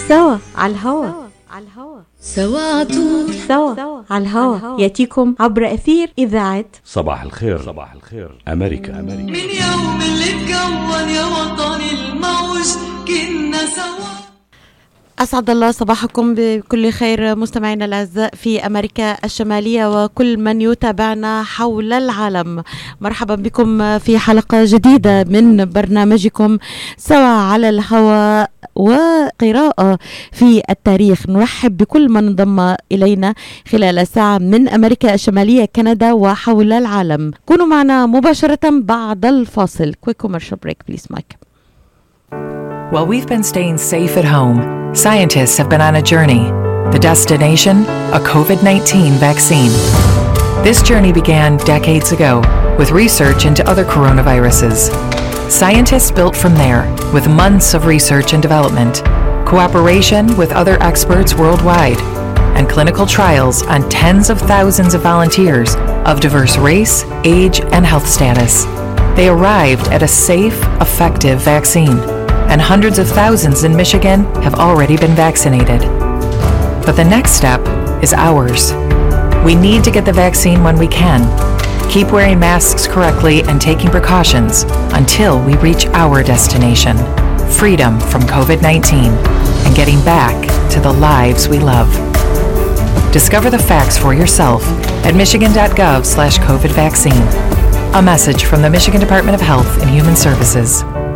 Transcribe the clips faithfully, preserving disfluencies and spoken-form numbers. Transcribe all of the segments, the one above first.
سوا على الهوا على الهوا سوا عطول سوا على الهوا ياتيكم عبر أثير إذاعة صباح الخير. صباح الخير أمريكا. أمريكا من يوم اللي اتكون يا وطني الموج كنا سوا. أسعد الله صباحكم بكل خير مستمعينا الأعزاء في أمريكا الشمالية وكل من يتابعنا حول العالم. مرحبا بكم في حلقة جديدة من برنامجكم سوا على الهواء وقراءة في التاريخ. نرحب بكل من انضم إلينا خلال ساعة من أمريكا الشمالية، كندا وحول العالم. كونوا معنا مباشرة بعد الفاصل. Quick commercial break please Mike. While we've been staying safe at home, scientists have been on a journey. The destination, a COVID nineteen vaccine. This journey began decades ago with research into other coronaviruses. Scientists built from there with months of research and development, cooperation with other experts worldwide, and clinical trials on tens of thousands of volunteers of diverse race, age, and health status. They arrived at a safe, effective vaccine. And hundreds of thousands in Michigan have already been vaccinated. But the next step is ours. We need to get the vaccine when we can. Keep wearing masks correctly and taking precautions until we reach our destination, freedom from COVID nineteen, and getting back to the lives we love. Discover the facts for yourself at michigan.gov slash COVID vaccine. A message from the Michigan Department of Health and Human Services.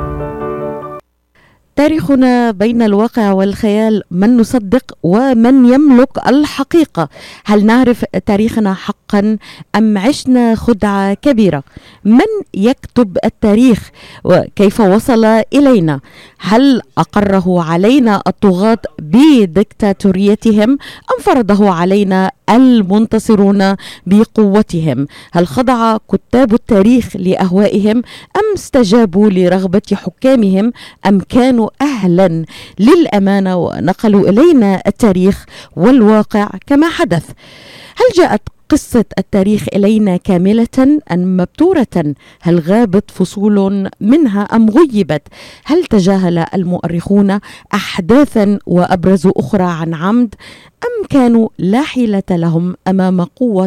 تاريخنا بين الواقع والخيال، من نصدق ومن يملك الحقيقة؟ هل نعرف تاريخنا حقا أم عشنا خدعة كبيرة؟ من يكتب التاريخ وكيف وصل إلينا؟ هل أقره علينا الطغاة بديكتاتوريتهم أم فرضه علينا المنتصرون بقوتهم؟ هل خضع كتاب التاريخ لأهوائهم أم استجابوا لرغبة حكامهم أم كانوا أهلا للأمانة ونقلوا إلينا التاريخ والواقع كما حدث؟ هل جاءت قصة التاريخ إلينا كاملة أم مبتورة؟ هل غابت فصول منها أم غيبت؟ هل تجاهل المؤرخون أحداثا وأبرزوا أخرى عن عمد أم كانوا لا حيلة لهم أمام قوة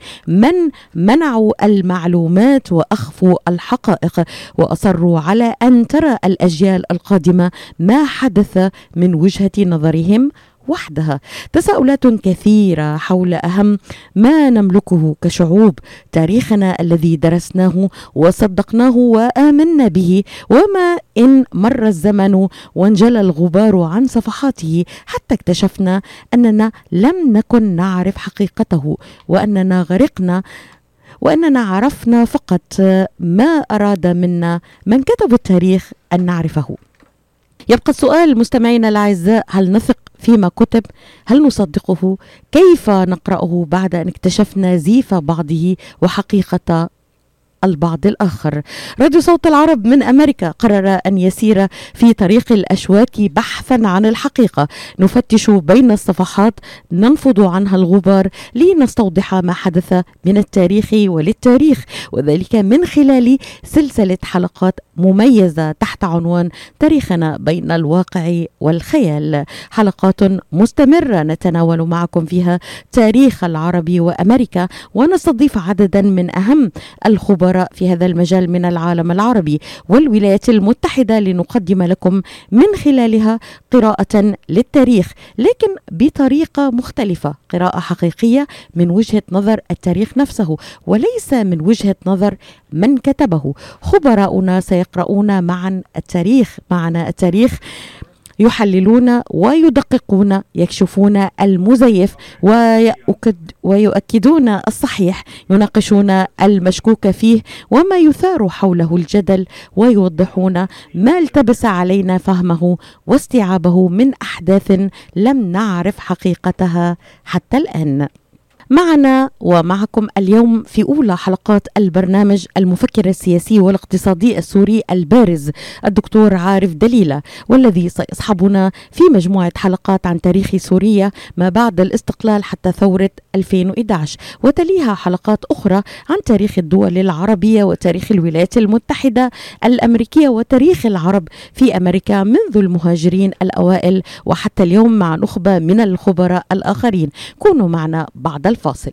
من منعوا المعلومات وأخفوا الحقائق وأصروا على أن ترى الأجيال القادمة ما حدث من وجهة نظرهم وحدها؟ تساؤلات كثيرة حول أهم ما نملكه كشعوب، تاريخنا الذي درسناه وصدقناه وآمنا به، وما إن مر الزمن وانجلى الغبار عن صفحاته حتى اكتشفنا أننا لم نكن نعرف حقيقته وأننا غرقنا وأننا عرفنا فقط ما أراد منا من كتب التاريخ أن نعرفه. يبقى السؤال مستمعينا الأعزاء، هل نثق فيما كتب؟ هل نصدقه؟ كيف نقرأه بعد أن اكتشفنا زيف بعضه وحقيقة البعض الآخر؟ راديو صوت العرب من أمريكا قرر أن يسير في طريق الأشواك بحثا عن الحقيقة. نفتش بين الصفحات، ننفض عنها الغبار لنستوضح ما حدث من التاريخ وللتاريخ، وذلك من خلال سلسلة حلقات مميزة تحت عنوان تاريخنا بين الواقع والخيال. حلقات مستمرة نتناول معكم فيها تاريخ العرب وأمريكا، ونستضيف عددا من أهم الخبراء في هذا المجال من العالم العربي والولايات المتحدة لنقدم لكم من خلالها قراءة للتاريخ، لكن بطريقة مختلفة، قراءة حقيقية من وجهة نظر التاريخ نفسه وليس من وجهة نظر من كتبه. خبراؤنا سيقرؤون معا التاريخ معنا التاريخ، يحللون ويدققون، يكشفون المزيف ويؤكد ويؤكدون الصحيح، يناقشون المشكوك فيه وما يثار حوله الجدل، ويوضحون ما التبس علينا فهمه واستيعابه من أحداث لم نعرف حقيقتها حتى الآن. معنا ومعكم اليوم في أولى حلقات البرنامج المفكر السياسي والاقتصادي السوري البارز الدكتور عارف دليلة، والذي سيصحبنا في مجموعة حلقات عن تاريخ سوريا ما بعد الاستقلال حتى ثورة ألفين وإحدى عشر، وتليها حلقات أخرى عن تاريخ الدول العربية وتاريخ الولايات المتحدة الأمريكية وتاريخ العرب في أمريكا منذ المهاجرين الأوائل وحتى اليوم مع نخبة من الخبراء الآخرين. كونوا معنا بعد الفاصل.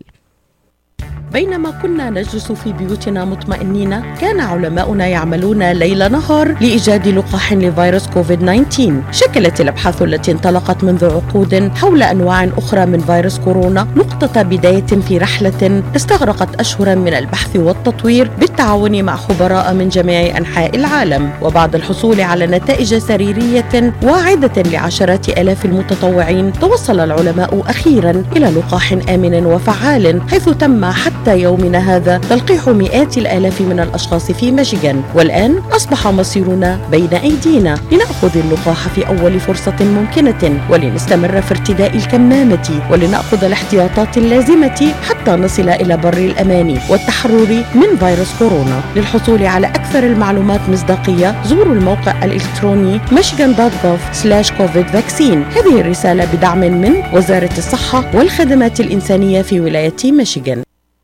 بينما كنا نجلس في بيوتنا مطمئنين، كان علماؤنا يعملون ليل نهار لإيجاد لقاح لفيروس كوفيد تسعة عشر. شكلت الأبحاث التي انطلقت منذ عقود حول أنواع أخرى من فيروس كورونا نقطة بداية في رحلة استغرقت أشهرا من البحث والتطوير بالتعاون مع خبراء من جميع أنحاء العالم، وبعد الحصول على نتائج سريرية واعدة لعشرات آلاف المتطوعين، توصل العلماء أخيرا إلى لقاح آمن وفعال، حيث تم حتى حتى يومنا هذا تلقيح مئات الآلاف من الأشخاص في ميشيغان. والآن أصبح مصيرنا بين أيدينا لنأخذ اللقاح في أول فرصة ممكنة، ولنستمر في ارتداء الكمامة، ولنأخذ الاحتياطات اللازمة حتى نصل إلى بر الأمان والتحرر من فيروس كورونا. للحصول على أكثر المعلومات مصداقية زوروا الموقع الإلكتروني ميشيغان دوت جوف سلاش كوفيد فاكسين. هذه الرسالة بدعم من وزارة الصحة والخدمات الإنسانية في ولاية ميشيغان.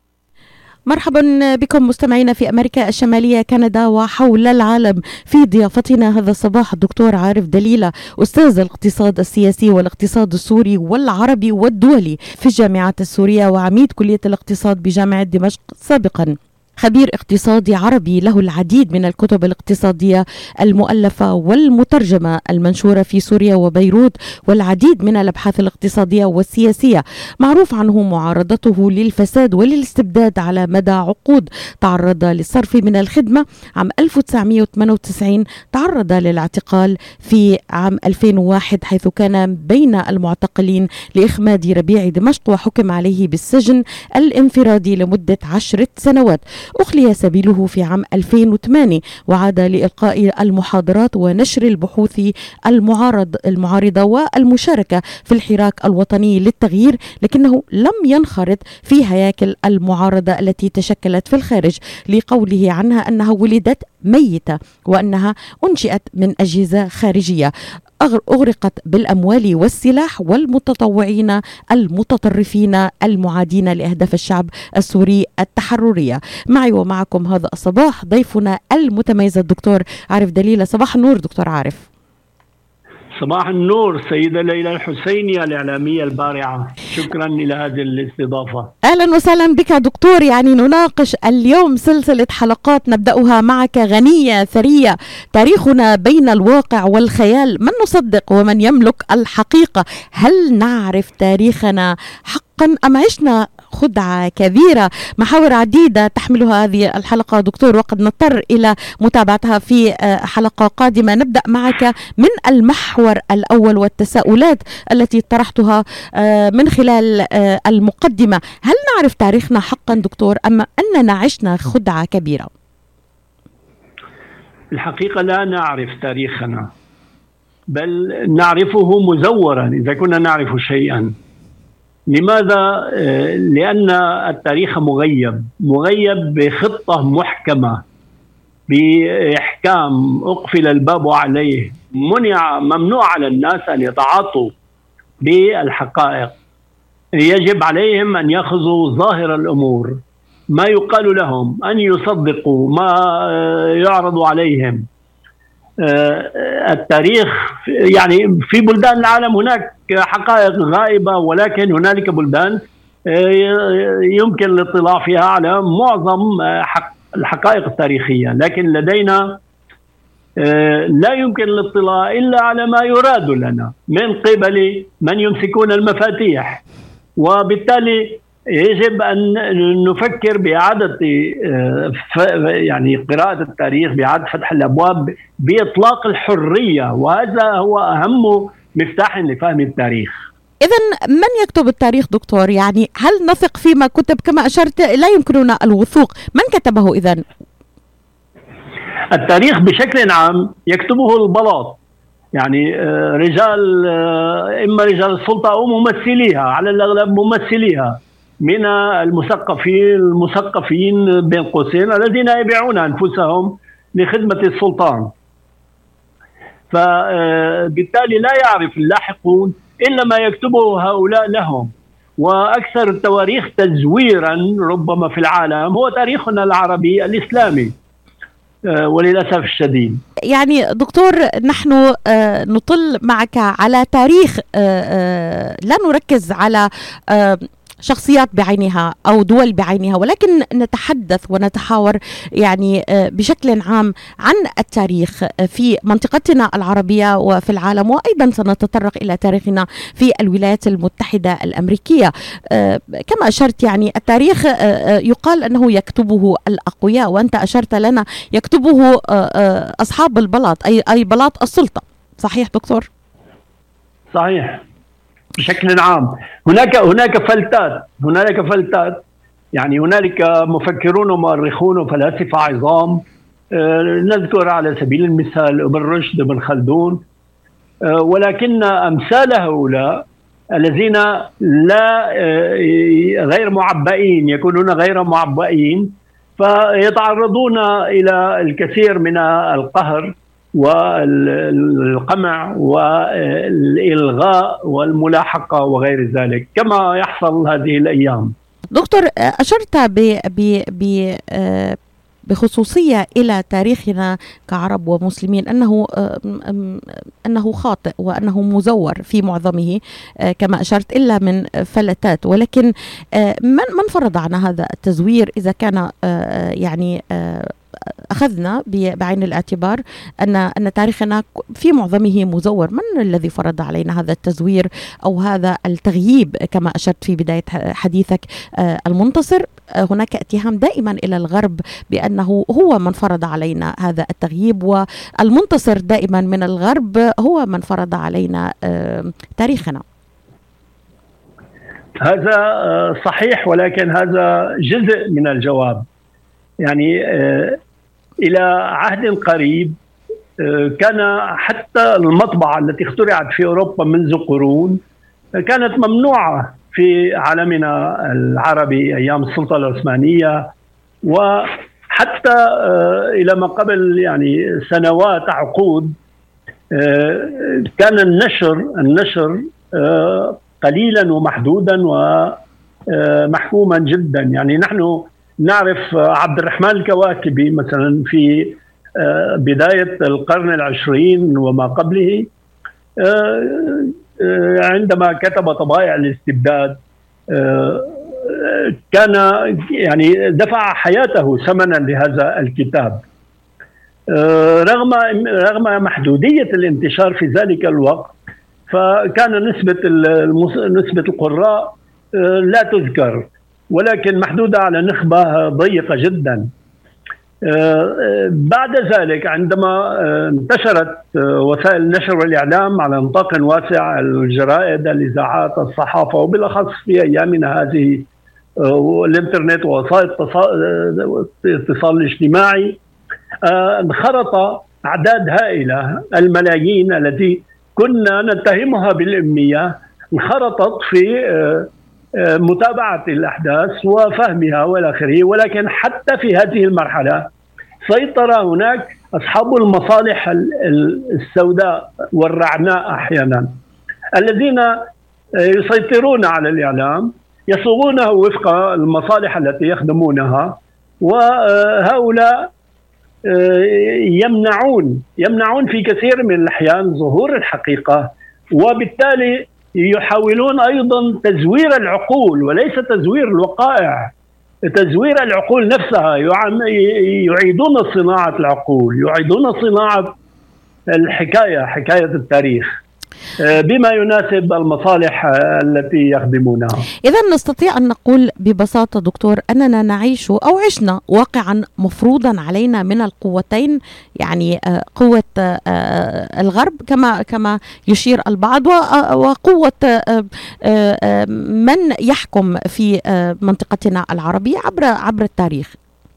مرحبا بكم مستمعينا في أمريكا الشمالية، كندا وحول العالم. في ضيافتنا هذا الصباح الدكتور عارف دليلة، أستاذ الاقتصاد السياسي والاقتصاد السوري والعربي والدولي في الجامعات السورية وعميد كلية الاقتصاد بجامعة دمشق سابقا. خبير اقتصادي عربي له العديد من الكتب الاقتصادية المؤلفة والمترجمة المنشورة في سوريا وبيروت، والعديد من الأبحاث الاقتصادية والسياسية. معروف عنه معارضته للفساد وللاستبداد على مدى عقود، تعرض للصرف من الخدمة عام ألف وتسعمئة وثمانية وتسعين، تعرض للاعتقال في عام ألفين وواحد حيث كان بين المعتقلين لإخماد ربيع دمشق، وحكم عليه بالسجن الانفرادي لمدة عشرة سنوات. أخلي سبيله في عام ألفين وثمانية وعاد لإلقاء المحاضرات ونشر البحوث المعارض المعارضة والمشاركة في الحراك الوطني للتغيير، لكنه لم ينخرط في هياكل المعارضة التي تشكلت في الخارج، لقوله عنها أنها ولدت ميتة وأنها أنشئت من أجهزة خارجية، أغرقت بالأموال والسلاح والمتطوعين المتطرفين المعادين لأهداف الشعب السوري التحررية. معي ومعكم هذا الصباح ضيفنا المتميز الدكتور عارف دليلة. صباح النور دكتور عارف. صباح النور سيدة ليلى الحسينية الإعلامية البارعة، شكرا إلى هذه الاستضافة. أهلا وسهلا بك دكتور. يعني نناقش اليوم سلسلة حلقات نبدأها معك غنية ثرية، تاريخنا بين الواقع والخيال، من نصدق ومن يملك الحقيقة؟ هل نعرف تاريخنا حقا أم عشنا خدعة كبيرة؟ محاور عديدة تحملها هذه الحلقة دكتور، وقد نضطر إلى متابعتها في حلقة قادمة. نبدأ معك من المحور الأول والتساؤلات التي طرحتها من خلال المقدمة. هل نعرف تاريخنا حقا دكتور أم أننا عشنا خدعة كبيرة؟ الحقيقة لا نعرف تاريخنا، بل نعرفه مزورا إذا كنا نعرف شيئا. لماذا؟ لأن التاريخ مغيب مغيب بخطة محكمة، بإحكام أقفل الباب عليه، منع ممنوع على الناس أن يتعاطوا بالحقائق. يجب عليهم أن يأخذوا ظاهر الأمور، ما يقال لهم، أن يصدقوا ما يعرض عليهم. التاريخ يعني في بلدان العالم هناك حقائق غائبة، ولكن هنالك بلدان يمكن الاطلاع فيها على معظم الحقائق التاريخية، لكن لدينا لا يمكن الاطلاع إلا على ما يراد لنا من قبل من يمسكون المفاتيح. وبالتالي يجب أن نفكر بإعادة يعني قراءة التاريخ، بإعادة فتح الأبواب، بإطلاق الحرية، وهذا هو أهم مفتاح لفهم التاريخ. إذن من يكتب التاريخ دكتور؟ يعني هل نثق فيما كتب؟ كما أشرت لا يمكننا الوثوق، من كتبه إذن؟ التاريخ بشكل عام يكتبه البلاط، يعني رجال، إما رجال السلطة أو ممثليها، على الأغلب ممثليها، من المثقفين المثقفين بين قوسين الذين يبيعون أنفسهم لخدمة السلطان. فبالتالي لا يعرف اللاحقون إلا ما يكتبه هؤلاء لهم. وأكثر التواريخ تزويرا ربما في العالم هو تاريخنا العربي الإسلامي وللأسف الشديد. يعني دكتور، نحن نطل معك على تاريخ، لا نركز على شخصيات بعينها أو دول بعينها، ولكن نتحدث ونتحاور يعني بشكل عام عن التاريخ في منطقتنا العربية وفي العالم، وأيضا سنتطرق إلى تاريخنا في الولايات المتحدة الأمريكية. كما أشرت يعني التاريخ يقال أنه يكتبه الأقوياء، وأنت أشرت لنا يكتبه أصحاب البلاط، أي أي بلاط السلطة. صحيح دكتور؟ صحيح بشكل عام. هناك هناك فلتات هنالك فلتات يعني هنالك مفكرون ومؤرخون وفلاسفة عظام، أه نذكر على سبيل المثال ابن رشد، ابن خلدون، أه ولكن أمثال هؤلاء الذين لا أه غير معبئين يكونون غير معبئين، فيتعرضون إلى الكثير من القهر والقمع والإلغاء والملاحقة وغير ذلك كما يحصل هذه الأيام. دكتور، أشرت ب ب ب بخصوصية إلى تاريخنا كعرب ومسلمين أنه أنه خاطئ وأنه مزور في معظمه كما أشرت، إلا من فلتات. ولكن من من فرض عنا هذا التزوير إذا كان يعني أخذنا بعين الاعتبار أن أن تاريخنا في معظمه مزور؟ من الذي فرض علينا هذا التزوير أو هذا التغييب كما أشرت في بداية حديثك المنتصر؟ هناك اتهام دائما إلى الغرب بأنه هو من فرض علينا هذا التغييب، والمنتصر دائما من الغرب هو من فرض علينا تاريخنا. هذا صحيح، ولكن هذا جزء من الجواب. يعني إلى عهد قريب كان حتى المطبعة التي اخترعت في أوروبا منذ قرون كانت ممنوعة في عالمنا العربي أيام السلطة العثمانية، وحتى إلى ما قبل يعني سنوات عقود كان النشر النشر قليلا ومحدودا ومحكوما جدا. يعني نحن نعرف عبد الرحمن الكواكبي مثلا في بداية القرن العشرين وما قبله عندما كتب طبائع الاستبداد كان يعني دفع حياته ثمنا لهذا الكتاب، رغم رغم محدودية الانتشار في ذلك الوقت. فكان نسبة نسبة القراء لا تذكر، ولكن محدودة على نخبة ضيقة جدا. بعد ذلك عندما انتشرت وسائل النشر والإعلام على نطاق واسع، الجرائد، الإذاعات، الصحافة، وبالأخص في أيامنا هذه الإنترنت ووسائل الاتصال الاجتماعي، انخرط أعداد هائلة، الملايين التي كنا نتهمها بالأمية انخرطت في متابعة الأحداث وفهمها والى آخره. ولكن حتى في هذه المرحلة سيطر هناك أصحاب المصالح السوداء والرعناء أحيانا، الذين يسيطرون على الإعلام، يصوغونه وفق المصالح التي يخدمونها، وهؤلاء يمنعون يمنعون في كثير من الأحيان ظهور الحقيقة، وبالتالي يحاولون أيضا تزوير العقول وليس تزوير الوقائع، تزوير العقول نفسها. يعيدون صناعة العقول، يعيدون صناعة الحكاية، حكاية التاريخ بما يناسب المصالح التي يخدمونها. إذا نستطيع أن نقول ببساطة دكتور أننا نعيش أو عشنا واقعا مفروضا علينا من القوتين، يعني قوة الغرب كما كما يشير البعض، وقوة من يحكم في منطقتنا العربية عبر عبر التاريخ.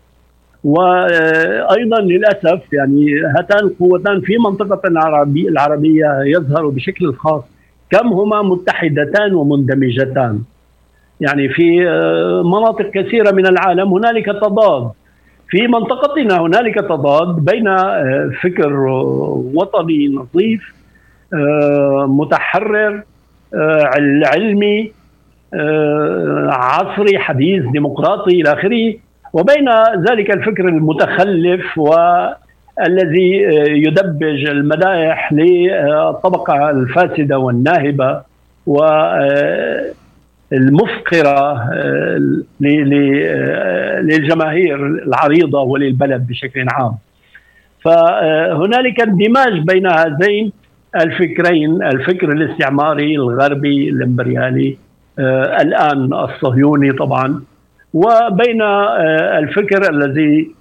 وأيضا للأسف يعني هاتان القوتان في منطقة العربية العربية يظهر بشكل خاص كم هما متحدتان ومندمجتان. يعني في مناطق كثيرة من العالم هنالك تضاد. في منطقتنا هنالك تضاد بين فكر وطني نظيف متحرر علمي عصري حديث ديمقراطي إلى آخره، وبين ذلك الفكر المتخلف والذي يدبج المدائح للطبقة الفاسدة والناهبة والمفقرة للجماهير العريضة وللبلد بشكل عام. فهنالك اندماج بين هذين الفكرين، الفكر الاستعماري الغربي الامبريالي الآن الصهيوني طبعا، وبين الفكر الذي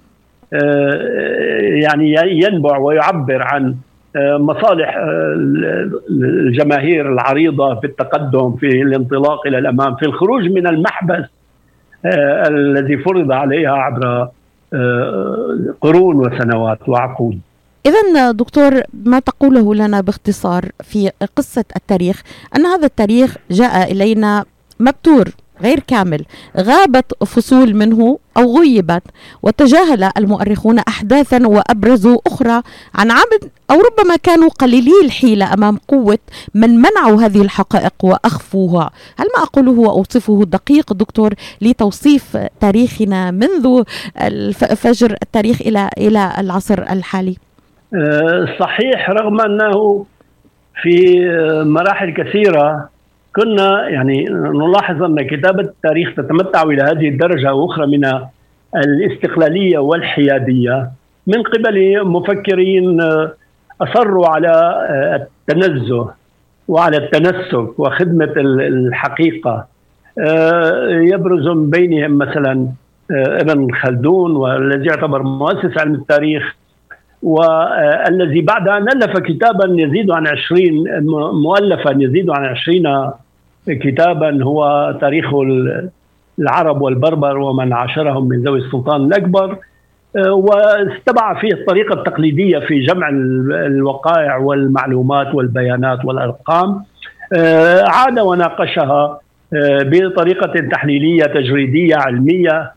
يعني ينبع ويعبر عن مصالح الجماهير العريضة في التقدم، في الانطلاق إلى الأمام، في الخروج من المحبس الذي فرض عليها عبر قرون وسنوات وعقود. إذن دكتور، ما تقوله لنا باختصار في قصة التاريخ أن هذا التاريخ جاء إلينا مبتور غير كامل، غابت فصول منه أو غيبت، وتجاهل المؤرخون أحداثا وأبرزوا أخرى عن عمد، أو ربما كانوا قليلي الحيلة أمام قوة من منعوا هذه الحقائق وأخفوها. هل ما أقوله وأوصفه دقيق دكتور لتوصيف تاريخنا منذ فجر التاريخ إلى إلى العصر الحالي؟ صحيح، رغم أنه في مراحل كثيرة كنا يعني نلاحظ أن كتابة التاريخ تتمتع إلى هذه الدرجة وأخرى من الاستقلالية والحيادية من قبل مفكرين أصروا على التنزه وعلى التنسك وخدمة الحقيقة. يبرز من بينهم مثلا ابن خلدون، والذي يعتبر مؤسس علم التاريخ، والذي بعد أن ألف كتابا يزيد عن عشرين مؤلفا يزيد عن عشرين كتابا هو تاريخ العرب والبربر ومن عاشرهم من ذوي السلطان الأكبر، واستبع فيه الطريقة التقليدية في جمع الوقائع والمعلومات والبيانات والأرقام، عاد وناقشها بطريقة تحليلية تجريدية علمية،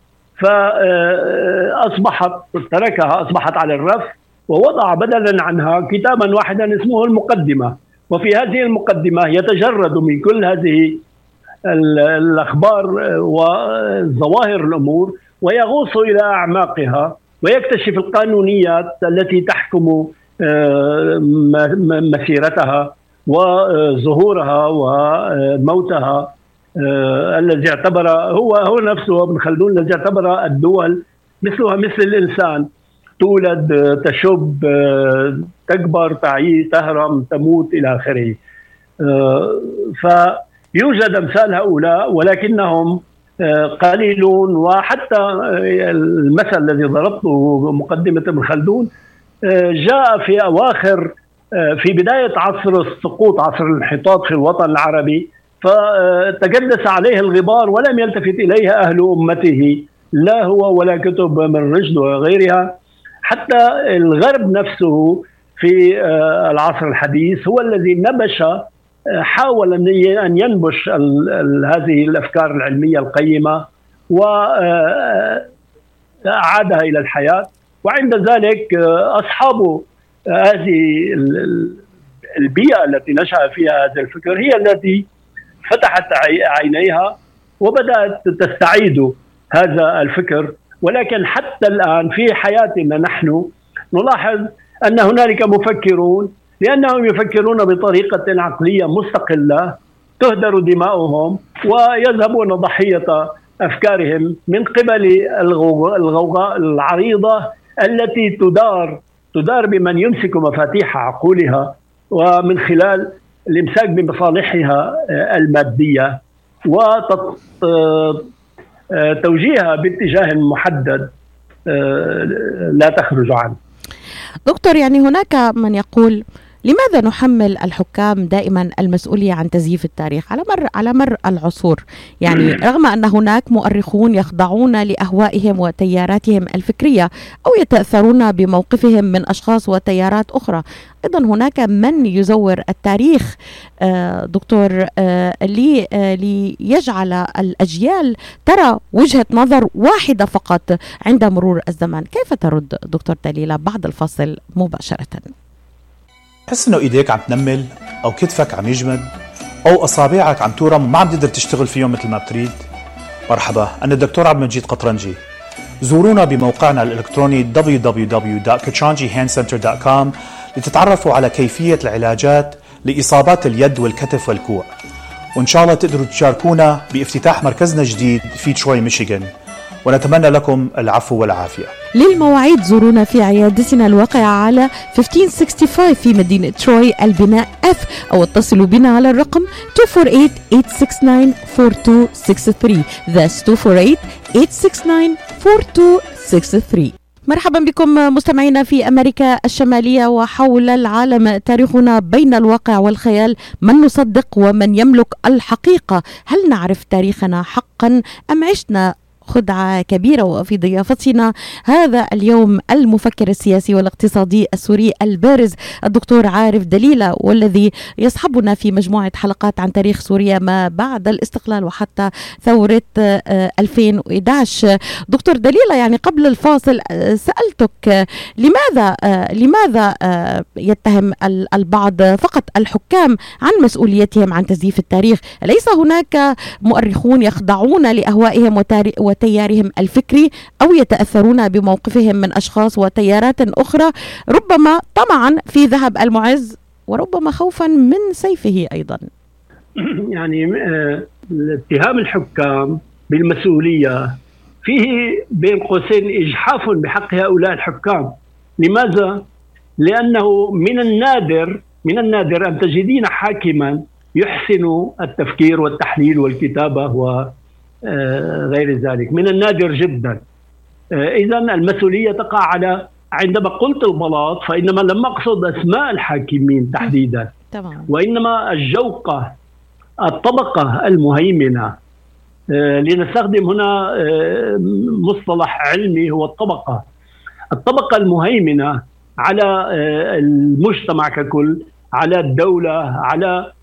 فأصبحت تركها أصبحت على الرف، ووضع بدلا عنها كتابا واحدا اسمه المقدمة. وفي هذه المقدمة يتجرد من كل هذه الأخبار وظواهر الأمور ويغوص إلى أعماقها ويكتشف القانونيات التي تحكم مسيرتها وظهورها وموتها، الذي اعتبر هو هو نفسه ابن خلدون الذي اعتبر الدول مثلها مثل الإنسان، تولد تشب تكبر تعيش تهرم تموت إلى آخره. فيوجد أمثال هؤلاء ولكنهم قليلون، وحتى المثل الذي ضربته مقدمة ابن خلدون جاء في أواخر في بداية عصر السقوط، عصر الانحطاط في الوطن العربي، فتجدس عليه الغبار ولم يلتفت إليها أهل أمته، لا هو ولا كتب من رشد وغيرها. حتى الغرب نفسه في العصر الحديث هو الذي نبش حاول أن ينبش هذه الأفكار العلمية القيمة وأعادها إلى الحياة، وعند ذلك أصحاب هذه البيئة التي نشأ فيها هذا الفكر هي التي فتحت عينيها وبدأت تستعيد هذا الفكر. ولكن حتى الآن في حياتنا نحن نلاحظ أن هنالك مفكرون لأنهم يفكرون بطريقة عقلية مستقلة تهدر دماؤهم ويذهبون ضحية أفكارهم من قبل الغوغاء العريضة التي تدار تدار بمن يمسك مفاتيح عقولها ومن خلال الإمساك بمصالحها المادية وتوجيهها باتجاه محدد لا تخرج عنه. دكتور، يعني هناك من يقول لماذا نحمل الحكام دائما المسؤولية عن تزييف التاريخ على مر على مر العصور؟ يعني رغم أن هناك مؤرخون يخضعون لأهوائهم وتياراتهم الفكرية أو يتأثرون بموقفهم من أشخاص وتيارات أخرى، أيضا هناك من يزور التاريخ دكتور ليجعل الأجيال ترى وجهة نظر واحدة فقط عند مرور الزمن. كيف ترد دكتور دليلة بعد الفاصل مباشرة؟ تحس انه ايديك عم تنمل او كتفك عم يجمد او اصابعك عم تورم وما عم تقدر تشتغل فيهم مثل ما بتريد؟ مرحبا، انا الدكتور عبد المجيد قطرنجي. زورونا بموقعنا الالكتروني دبليو دبليو دبليو دوت katranji hand center دوت كوم لتتعرفوا على كيفية العلاجات لإصابات اليد والكتف والكوع، وإن شاء الله تقدروا تشاركونا بافتتاح مركزنا الجديد في تروي ميشيغان، ونتمنى لكم العفو والعافية. للمواعيد زورونا في عيادتنا الواقعة على خمسة عشر خمسة وستين في مدينة تروي البناء F، أو اتصلوا بنا على الرقم اثنين أربعة ثمانية ثمانية ستة تسعة أربعة اثنين ستة ثلاثة. That's اثنين أربعة ثمانية ستة تسعة أربعة اثنين ستة ثلاثة. مرحبا بكم مستمعينا في أمريكا الشمالية وحول العالم. تاريخنا بين الواقع والخيال، من نصدق ومن يملك الحقيقة؟ هل نعرف تاريخنا حقا أم عشنا خدعة كبيرة؟ وفي ضيافتنا هذا اليوم المفكر السياسي والاقتصادي السوري البارز الدكتور عارف دليلة، والذي يصحبنا في مجموعة حلقات عن تاريخ سوريا ما بعد الاستقلال وحتى ثورة ألفين وإحدى عشر. دكتور دليلة، يعني قبل الفاصل سألتك لماذا لماذا يتهم البعض فقط الحكام عن مسؤوليتهم عن تزييف التاريخ؟ أليس هناك مؤرخون يخضعون لأهوائهم وتيارهم الفكري أو يتأثرون بموقفهم من أشخاص وتيارات أخرى، ربما طمعا في ذهب المعز وربما خوفا من سيفه أيضا؟ يعني اتهام الحكام بالمسؤولية فيه بين قوسين إجحاف بحق هؤلاء الحكام. لماذا؟ لأنه من النادر من النادر أن تجدين حاكما يحسن التفكير والتحليل والكتابة و غير ذلك، من النادر جدا. إذن المسؤولية تقع على، عندما قلت البلاط فإنما لم أقصد أسماء الحاكمين تحديدا، وإنما الجوقة، الطبقة المهيمنة. لنستخدم هنا مصطلح علمي هو الطبقة الطبقة المهيمنة على المجتمع ككل، على الدولة، على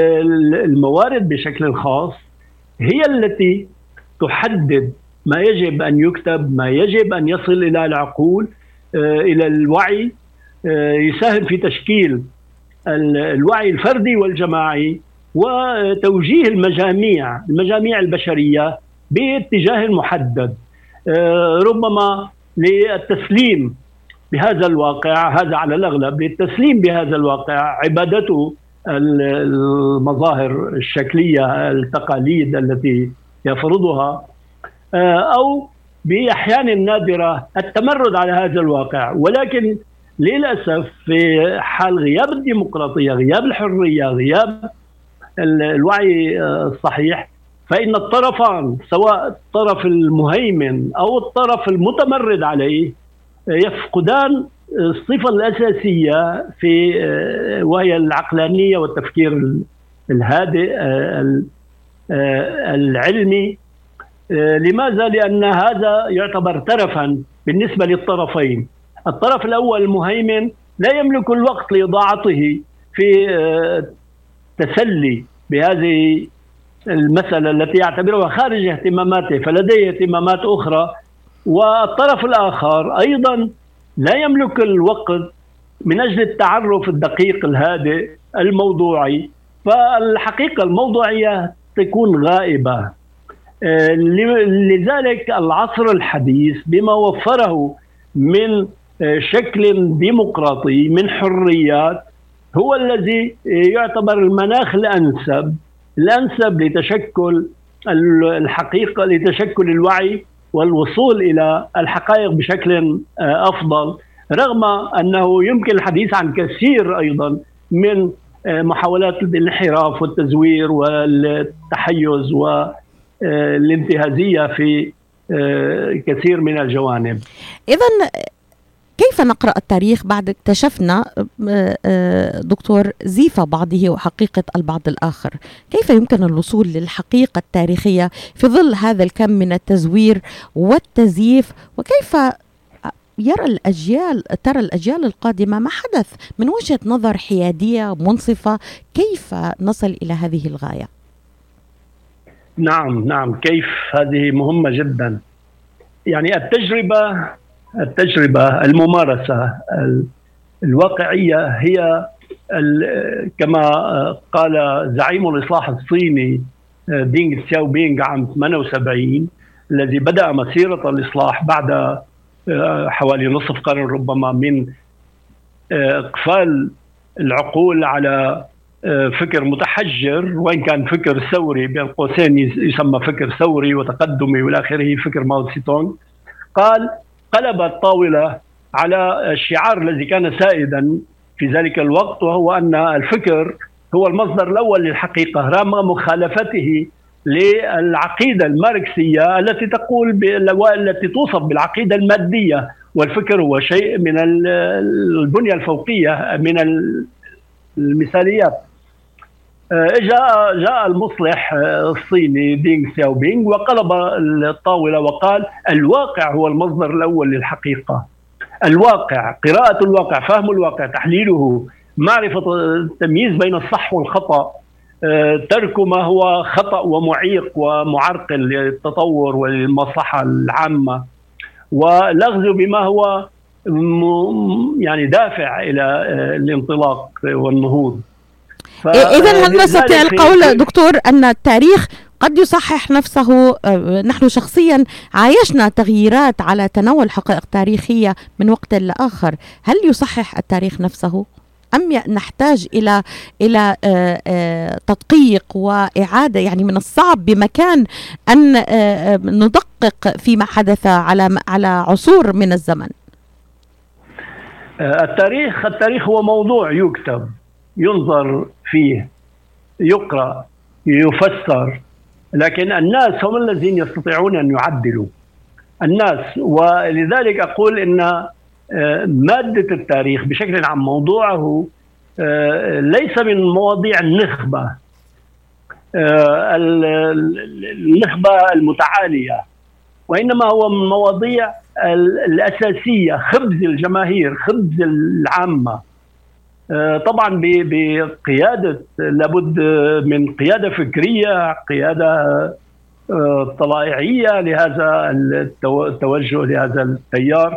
الموارد بشكل خاص، هي التي تحدد ما يجب أن يكتب، ما يجب أن يصل إلى العقول، إلى الوعي، يساهم في تشكيل الوعي الفردي والجماعي وتوجيه المجاميع المجاميع البشرية باتجاه محدد، ربما للتسليم بهذا الواقع. هذا على الأغلب للتسليم بهذا الواقع، عبادته المظاهر الشكلية، التقاليد التي يفرضها، أو بأحيان نادرة التمرد على هذا الواقع. ولكن للأسف في حال غياب الديمقراطية، غياب الحرية، غياب الوعي الصحيح، فإن الطرفان سواء الطرف المهيمن أو الطرف المتمرد عليه يفقدان الصفة الأساسية في وهي العقلانية والتفكير الهادئ العلمي. لماذا؟ لأن هذا يعتبر ترفا بالنسبة للطرفين. الطرف الأول المهيمن لا يملك الوقت لإضاعته في تسلي بهذه المسألة التي يعتبرها خارج اهتماماته، فلديه اهتمامات أخرى. والطرف الآخر أيضا لا يملك الوقت من أجل التعرف الدقيق الهادئ الموضوعي، فالحقيقة الموضوعية تكون غائبة. لذلك العصر الحديث بما وفره من شكل ديمقراطي، من حريات، هو الذي يعتبر المناخ الأنسب الأنسب لتشكل الحقيقة، لتشكل الوعي والوصول إلى الحقائق بشكل أفضل، رغم أنه يمكن الحديث عن كثير أيضا من محاولات الانحراف والتزوير والتحيز والانتهازية في كثير من الجوانب. إذن كيف نقرأ التاريخ بعد اكتشفنا دكتور زيف بعضه وحقيقة البعض الآخر؟ كيف يمكن الوصول للحقيقة التاريخية في ظل هذا الكم من التزوير والتزييف؟ وكيف يرى الأجيال ترى الأجيال القادمة ما حدث من وجهة نظر حيادية منصفة؟ كيف نصل إلى هذه الغاية؟ نعم نعم كيف، هذه مهمة جدا. يعني التجربة التجربة الممارسة الواقعية هي كما قال زعيم الإصلاح الصيني دينغ سياو بينغ عام ثمانية وسبعين الذي بدأ مسيرة الإصلاح بعد حوالي نصف قرن ربما من إقفال العقول على فكر متحجر، وإن كان فكر ثوري بين قوسين يسمى فكر ثوري وتقدمي والى آخره، فكر ماو تسي تونغ. قال قلب الطاولة على الشعار الذي كان سائدا في ذلك الوقت، وهو أن الفكر هو المصدر الأول للحقيقة رغم مخالفته للعقيدة الماركسية التي تقول التي توصف بالعقيدة المادية، والفكر هو شيء من البنية الفوقية من المثاليات. جاء جاء المصلح الصيني دينغ سياو بينغ وقلب الطاولة وقال الواقع هو المصدر الأول للحقيقة. الواقع، قراءة الواقع، فهم الواقع، تحليله، معرفة التمييز بين الصح والخطأ، ترك ما هو خطأ ومعيق ومعرقل للتطور والمصلحة العامة، والأخذ بما هو يعني دافع إلى الانطلاق والنهوض. إذن هل نستطيع القول دكتور أن التاريخ قد يصحح نفسه؟ نحن شخصيا عايشنا تغييرات على تناول حقائق تاريخية من وقت لآخر، هل يصحح التاريخ نفسه أم نحتاج إلى إلى تدقيق وإعادة؟ يعني من الصعب بمكان أن ندقق فيما حدث على على عصور من الزمن. التاريخ التاريخ هو موضوع يكتب، ينظر فيه، يقرأ، يفسر، لكن الناس هم الذين يستطيعون أن يعدلوا الناس. ولذلك أقول إن مادة التاريخ بشكل عام موضوعه ليس من مواضيع النخبة النخبة المتعالية، وإنما هو من مواضيع الأساسية، خبز الجماهير، خبز العامة. طبعا بقيادة، لابد من قيادة فكرية، قيادة طلائعية لهذا التوجه، لهذا التيار،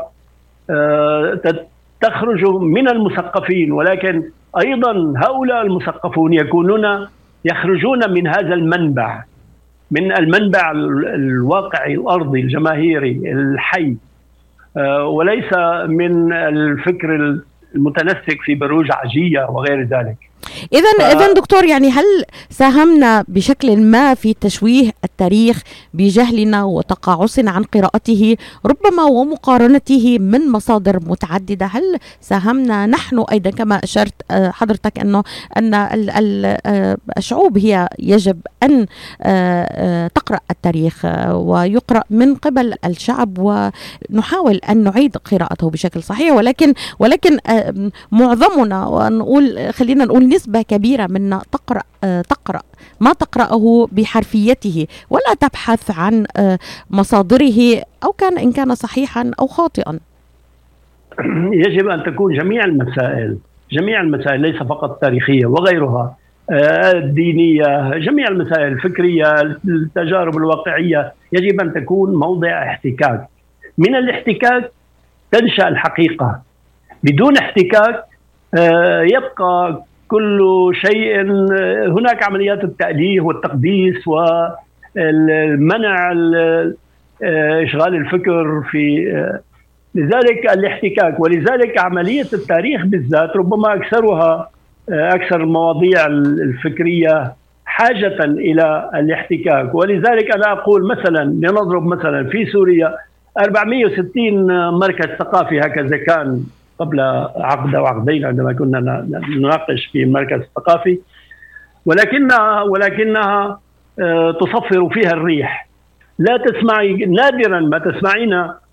تخرج من المثقفين، ولكن أيضا هؤلاء المثقفون يكونون يخرجون من هذا المنبع، من المنبع الواقعي الأرضي الجماهيري الحي، وليس من الفكر المتنسك في بروج عجية وغير ذلك. إذن ف... إذن دكتور، يعني هل ساهمنا بشكل ما في تشويه التاريخ بجهلنا وتقاعسنا عن قراءته ربما ومقارنته من مصادر متعددة؟ هل ساهمنا نحن أيضا كما أشرت حضرتك أنه أن الشعوب هي يجب أن تقرأ التاريخ ويقرأ من قبل الشعب، ونحاول أن نعيد قراءته بشكل صحيح، ولكن ولكن معظمنا، ونقول خلينا نقول نسبة كبيرة منا تقرأ تقرأ ما تقرأه بحرفيته ولا تبحث عن مصادره أو كان إن كان صحيحا أو خاطئا. يجب أن تكون جميع المسائل جميع المسائل ليس فقط تاريخية وغيرها، الدينية، جميع المسائل الفكرية، التجارب الواقعية، يجب أن تكون موضع احتكاك. من الاحتكاك تنشأ الحقيقة، بدون احتكاك يبقى كل شيء، هناك عمليات التأليه والتقديس والمنع إشغال الفكر في لذلك الاحتكاك. ولذلك عملية التاريخ بالذات ربما أكثرها أكثر المواضيع الفكرية حاجة إلى الاحتكاك. ولذلك أنا أقول مثلا، لنضرب مثلا في سوريا أربعمئة وستين مركز ثقافي، هكذا كان قبل عقد أو عقدين عندما كنا نناقش في المركز الثقافي، ولكنها ولكنها تصفر فيها الريح. لا تسمعي، نادرا ما تسمعين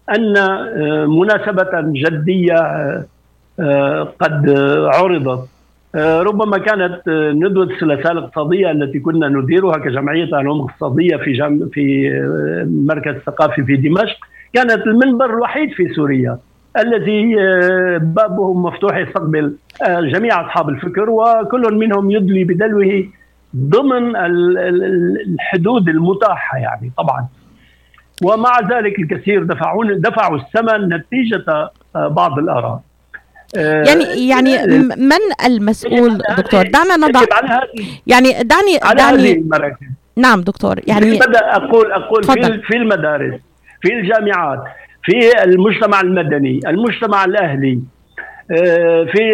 أن مناسبة جدية قد عرضت، ربما كانت ندوة الثلاثاء الاقتصادية التي كنا نديرها كجمعية علوم اقتصادية في جم... في مركز ثقافي في دمشق، كانت المنبر الوحيد في سوريا الذي بابه مفتوح يستقبل جميع أصحاب الفكر، وكل منهم يدلي بدلوه ضمن الحدود المتاحة يعني طبعا. ومع ذلك الكثير دفعون دفعوا الثمن نتيجة بعض الآراء. يعني يعني من المسؤول دكتور؟ دعنا نضع يعني دعني دعني نعم دكتور، يعني اقول اقول في في المدارس، في الجامعات، في المجتمع المدني، المجتمع الاهلي، في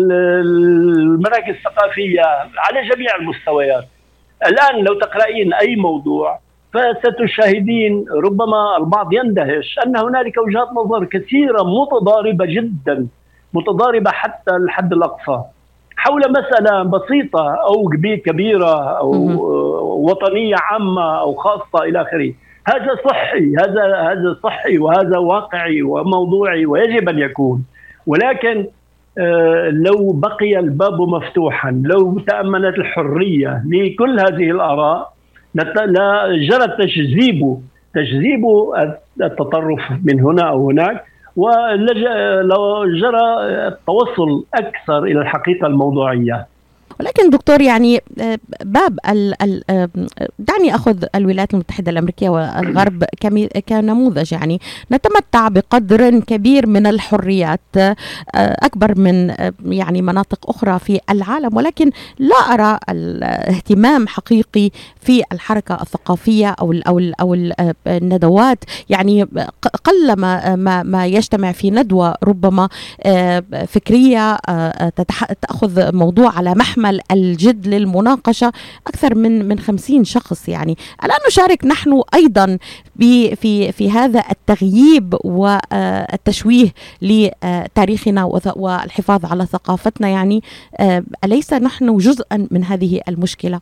المراكز الثقافيه على جميع المستويات. الان لو تقرأين اي موضوع فستشاهدين، ربما البعض يندهش ان هنالك وجهات نظر كثيره متضاربه جدا، متضاربة حتى الحد الأقصى حول مسألة بسيطة أو كبيرة أو وطنية عامة أو خاصة إلى آخره. هذا صحي، هذا هذا صحي وهذا واقعي وموضوعي ويجب أن يكون، ولكن لو بقي الباب مفتوحا، لو تأمنت الحرية لكل هذه الآراء لجرى تجذيب تجذيب التطرف من هنا أو هناك، ولو جرى التوصل أكثر إلى الحقيقة الموضوعية. ولكن دكتور يعني باب ال ال دعني أخذ الولايات المتحدة الأمريكية والغرب كنموذج، يعني نتمتع بقدر كبير من الحريات أكبر من يعني مناطق أخرى في العالم، ولكن لا أرى الاهتمام حقيقي في الحركة الثقافية أو ال أو ال أو الندوات. يعني قلما ما ما يجتمع في ندوة ربما فكرية تأخذ موضوع على محمل الجد للمناقشة أكثر من من خمسين شخص. يعني الآن نشارك نحن أيضا في في هذا التغييب والتشويه لتاريخنا والحفاظ على ثقافتنا. يعني أليس نحن جزءا من هذه المشكلة؟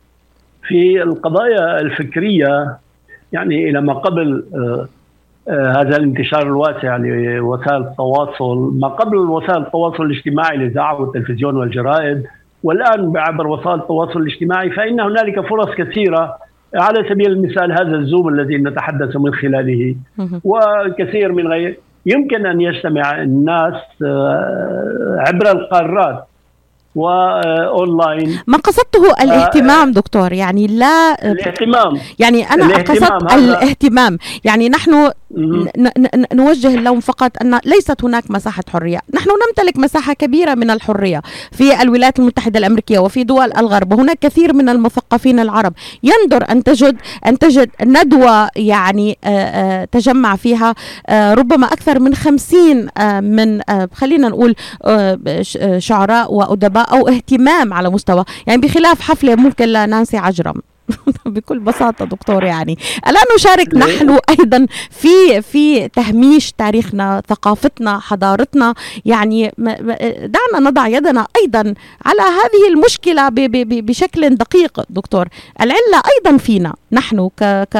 في القضايا الفكرية يعني إلى ما قبل هذا الانتشار الواسع لوسائل التواصل، ما قبل وسائل التواصل الاجتماعي الإذاعة والتلفزيون والجرائد، والآن عبر وسائل التواصل الاجتماعي، فإن هنالك فرص كثيرة. على سبيل المثال هذا الزوم الذي نتحدث من خلاله وكثير من غير، يمكن أن يجتمع الناس عبر القارات وأونلاين. ما قصدته الاهتمام دكتور، يعني لا الاهتمام، يعني أنا قصدت الاهتمام. يعني نحن نوجه اللوم فقط أن ليست هناك مساحة حرية. نحن نمتلك مساحة كبيرة من الحرية في الولايات المتحدة الأمريكية وفي دول الغرب، وهناك كثير من المثقفين العرب. يندر أن تجد أن تجد ندوة يعني تجمع فيها ربما أكثر من خمسين من خلينا نقول شعراء وأدباء أو اهتمام على مستوى، يعني بخلاف حفلة ممكن لنانسي عجرم بكل بساطة دكتور. يعني الآن نشارك نحن أيضا في في تهميش تاريخنا، ثقافتنا، حضارتنا. يعني دعنا نضع يدنا أيضا على هذه المشكلة بشكل دقيق دكتور. العلة أيضا فينا نحن ك ك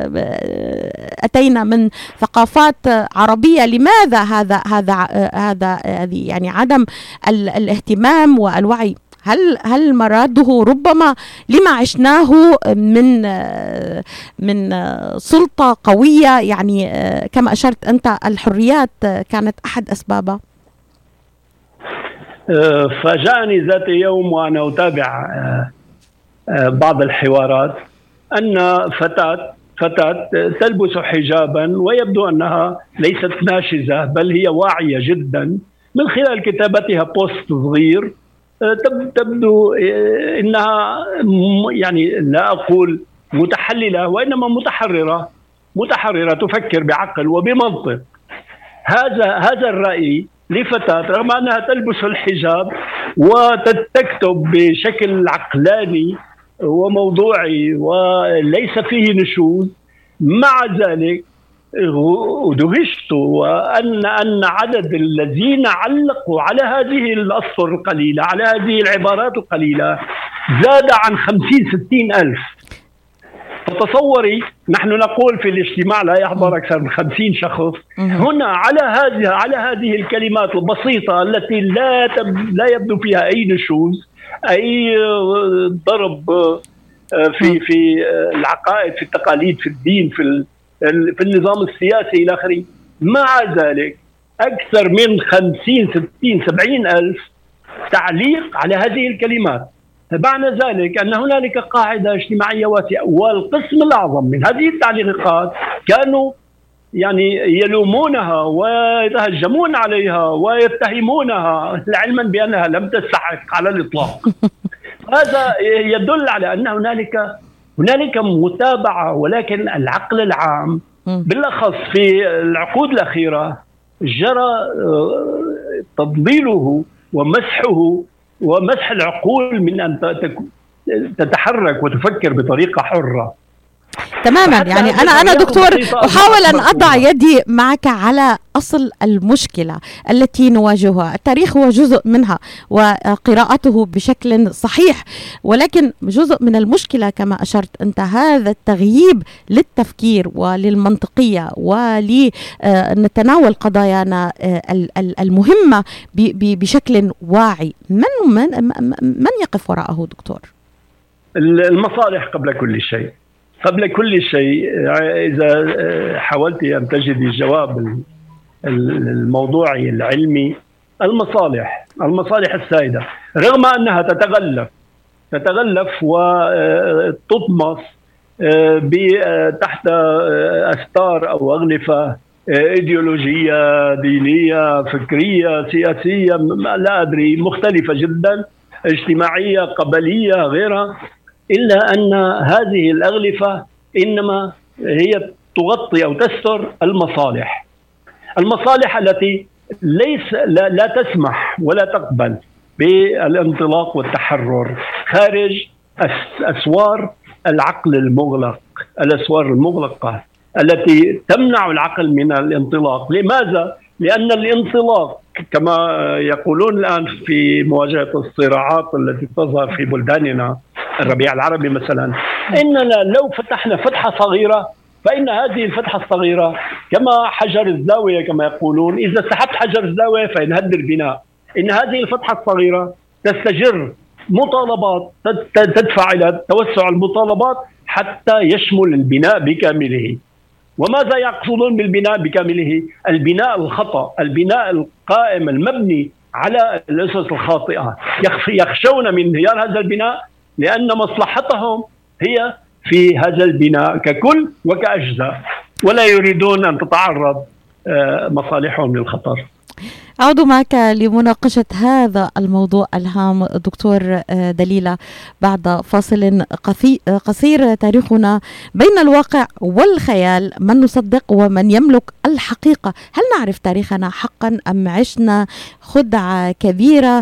أتينا من ثقافات عربية. لماذا هذا هذا هذا هذه يعني عدم الاهتمام والوعي؟ هل هل مراده ربما لما عشناه من من سلطة قوية؟ يعني كما أشرت أنت الحريات كانت أحد أسبابها. فجاءني ذات يوم وأنا أتابع بعض الحوارات أن فتاة فتاة تلبس حجابا ويبدو أنها ليست ناشزة بل هي واعية جدا، من خلال كتابتها بوست صغير تبدو إنها يعني لا أقول متحللة وإنما متحررة متحررة تفكر بعقل وبمنطق. هذا هذا الرأي لفتاة رغم أنها تلبس الحجاب وتكتب بشكل عقلاني وموضوعي وليس فيه نشوز، مع ذلك ودهشت وأن أن عدد الذين علقوا على هذه الأسطر القليلة، على هذه العبارات القليلة، زاد عن خمسين ستين ألف. تصوري نحن نقول في الاجتماع لا يحضر أكثر من خمسين شخص. هنا على هذه على هذه الكلمات البسيطة التي لا لا يبدو فيها أي نشوز، أي ضرب في في العقائد، في التقاليد، في الدين، في في النظام السياسي إلى آخره. مع ذلك أكثر من خمسين ستين سبعين ألف تعليق على هذه الكلمات. معنى ذلك أن هنالك قاعدة اجتماعية واسعة، والقسم الأعظم من هذه التعليقات كانوا يعني يلومونها ويتهجمون عليها ويتهمونها علما بأنها لم تستحق على الإطلاق. هذا يدل على أن هنالك هنالك متابعة، ولكن العقل العام بالأخص في العقود الأخيرة جرى تضليله ومسحه ومسح العقول من أن تتحرك وتفكر بطريقة حرة. تماما. يعني أنا أنا دكتور أحاول أن أضع يدي معك على أصل المشكلة التي نواجهها. التاريخ هو جزء منها وقراءته بشكل صحيح، ولكن جزء من المشكلة كما أشرت أنت هذا التغييب للتفكير وللمنطقية ولنتناول قضايانا المهمة بشكل واعي. من من من يقف وراءه دكتور؟ المصالح قبل كل شيء. قبل كل شيء إذا حاولت أن تجد الجواب الموضوعي العلمي، المصالح المصالح السائدة، رغم أنها تتغلف تتغلف وتطمس تحت أستار أو أغلفة إيديولوجية، دينية، فكرية، سياسية، لا أدري، مختلفة جدا، اجتماعية، قبلية، غيرها، إلا أن هذه الأغلفة إنما هي تغطي أو تستر المصالح المصالح التي ليس لا, لا تسمح ولا تقبل بالانطلاق والتحرر خارج أسوار العقل المغلق، الأسوار المغلقة التي تمنع العقل من الانطلاق. لماذا؟ لأن الانطلاق كما يقولون الآن في مواجهة الصراعات التي تظهر في بلداننا، الربيع العربي مثلا، إننا لو فتحنا فتحة صغيرة فإن هذه الفتحة الصغيرة كما حجر الزاوية كما يقولون، إذا سحبت حجر الزاوية فينهد البناء. إن هذه الفتحة الصغيرة تستجر مطالبات تدفع إلى توسع المطالبات حتى يشمل البناء بكامله. وماذا يقصدون بالبناء بكامله؟ البناء الخطأ، البناء القائم المبني على الأسس الخاطئة. يخشون من انهيار هذا البناء لأن مصلحتهم هي في هذا البناء ككل وكأجزاء، ولا يريدون أن تتعرض مصالحهم للخطر. أعود معك لمناقشة هذا الموضوع الهام دكتور دليلة بعد فاصل قصير. تاريخنا بين الواقع والخيال، من نصدق ومن يملك الحقيقة؟ هل نعرف تاريخنا حقا أم عشنا خدعة كبيرة؟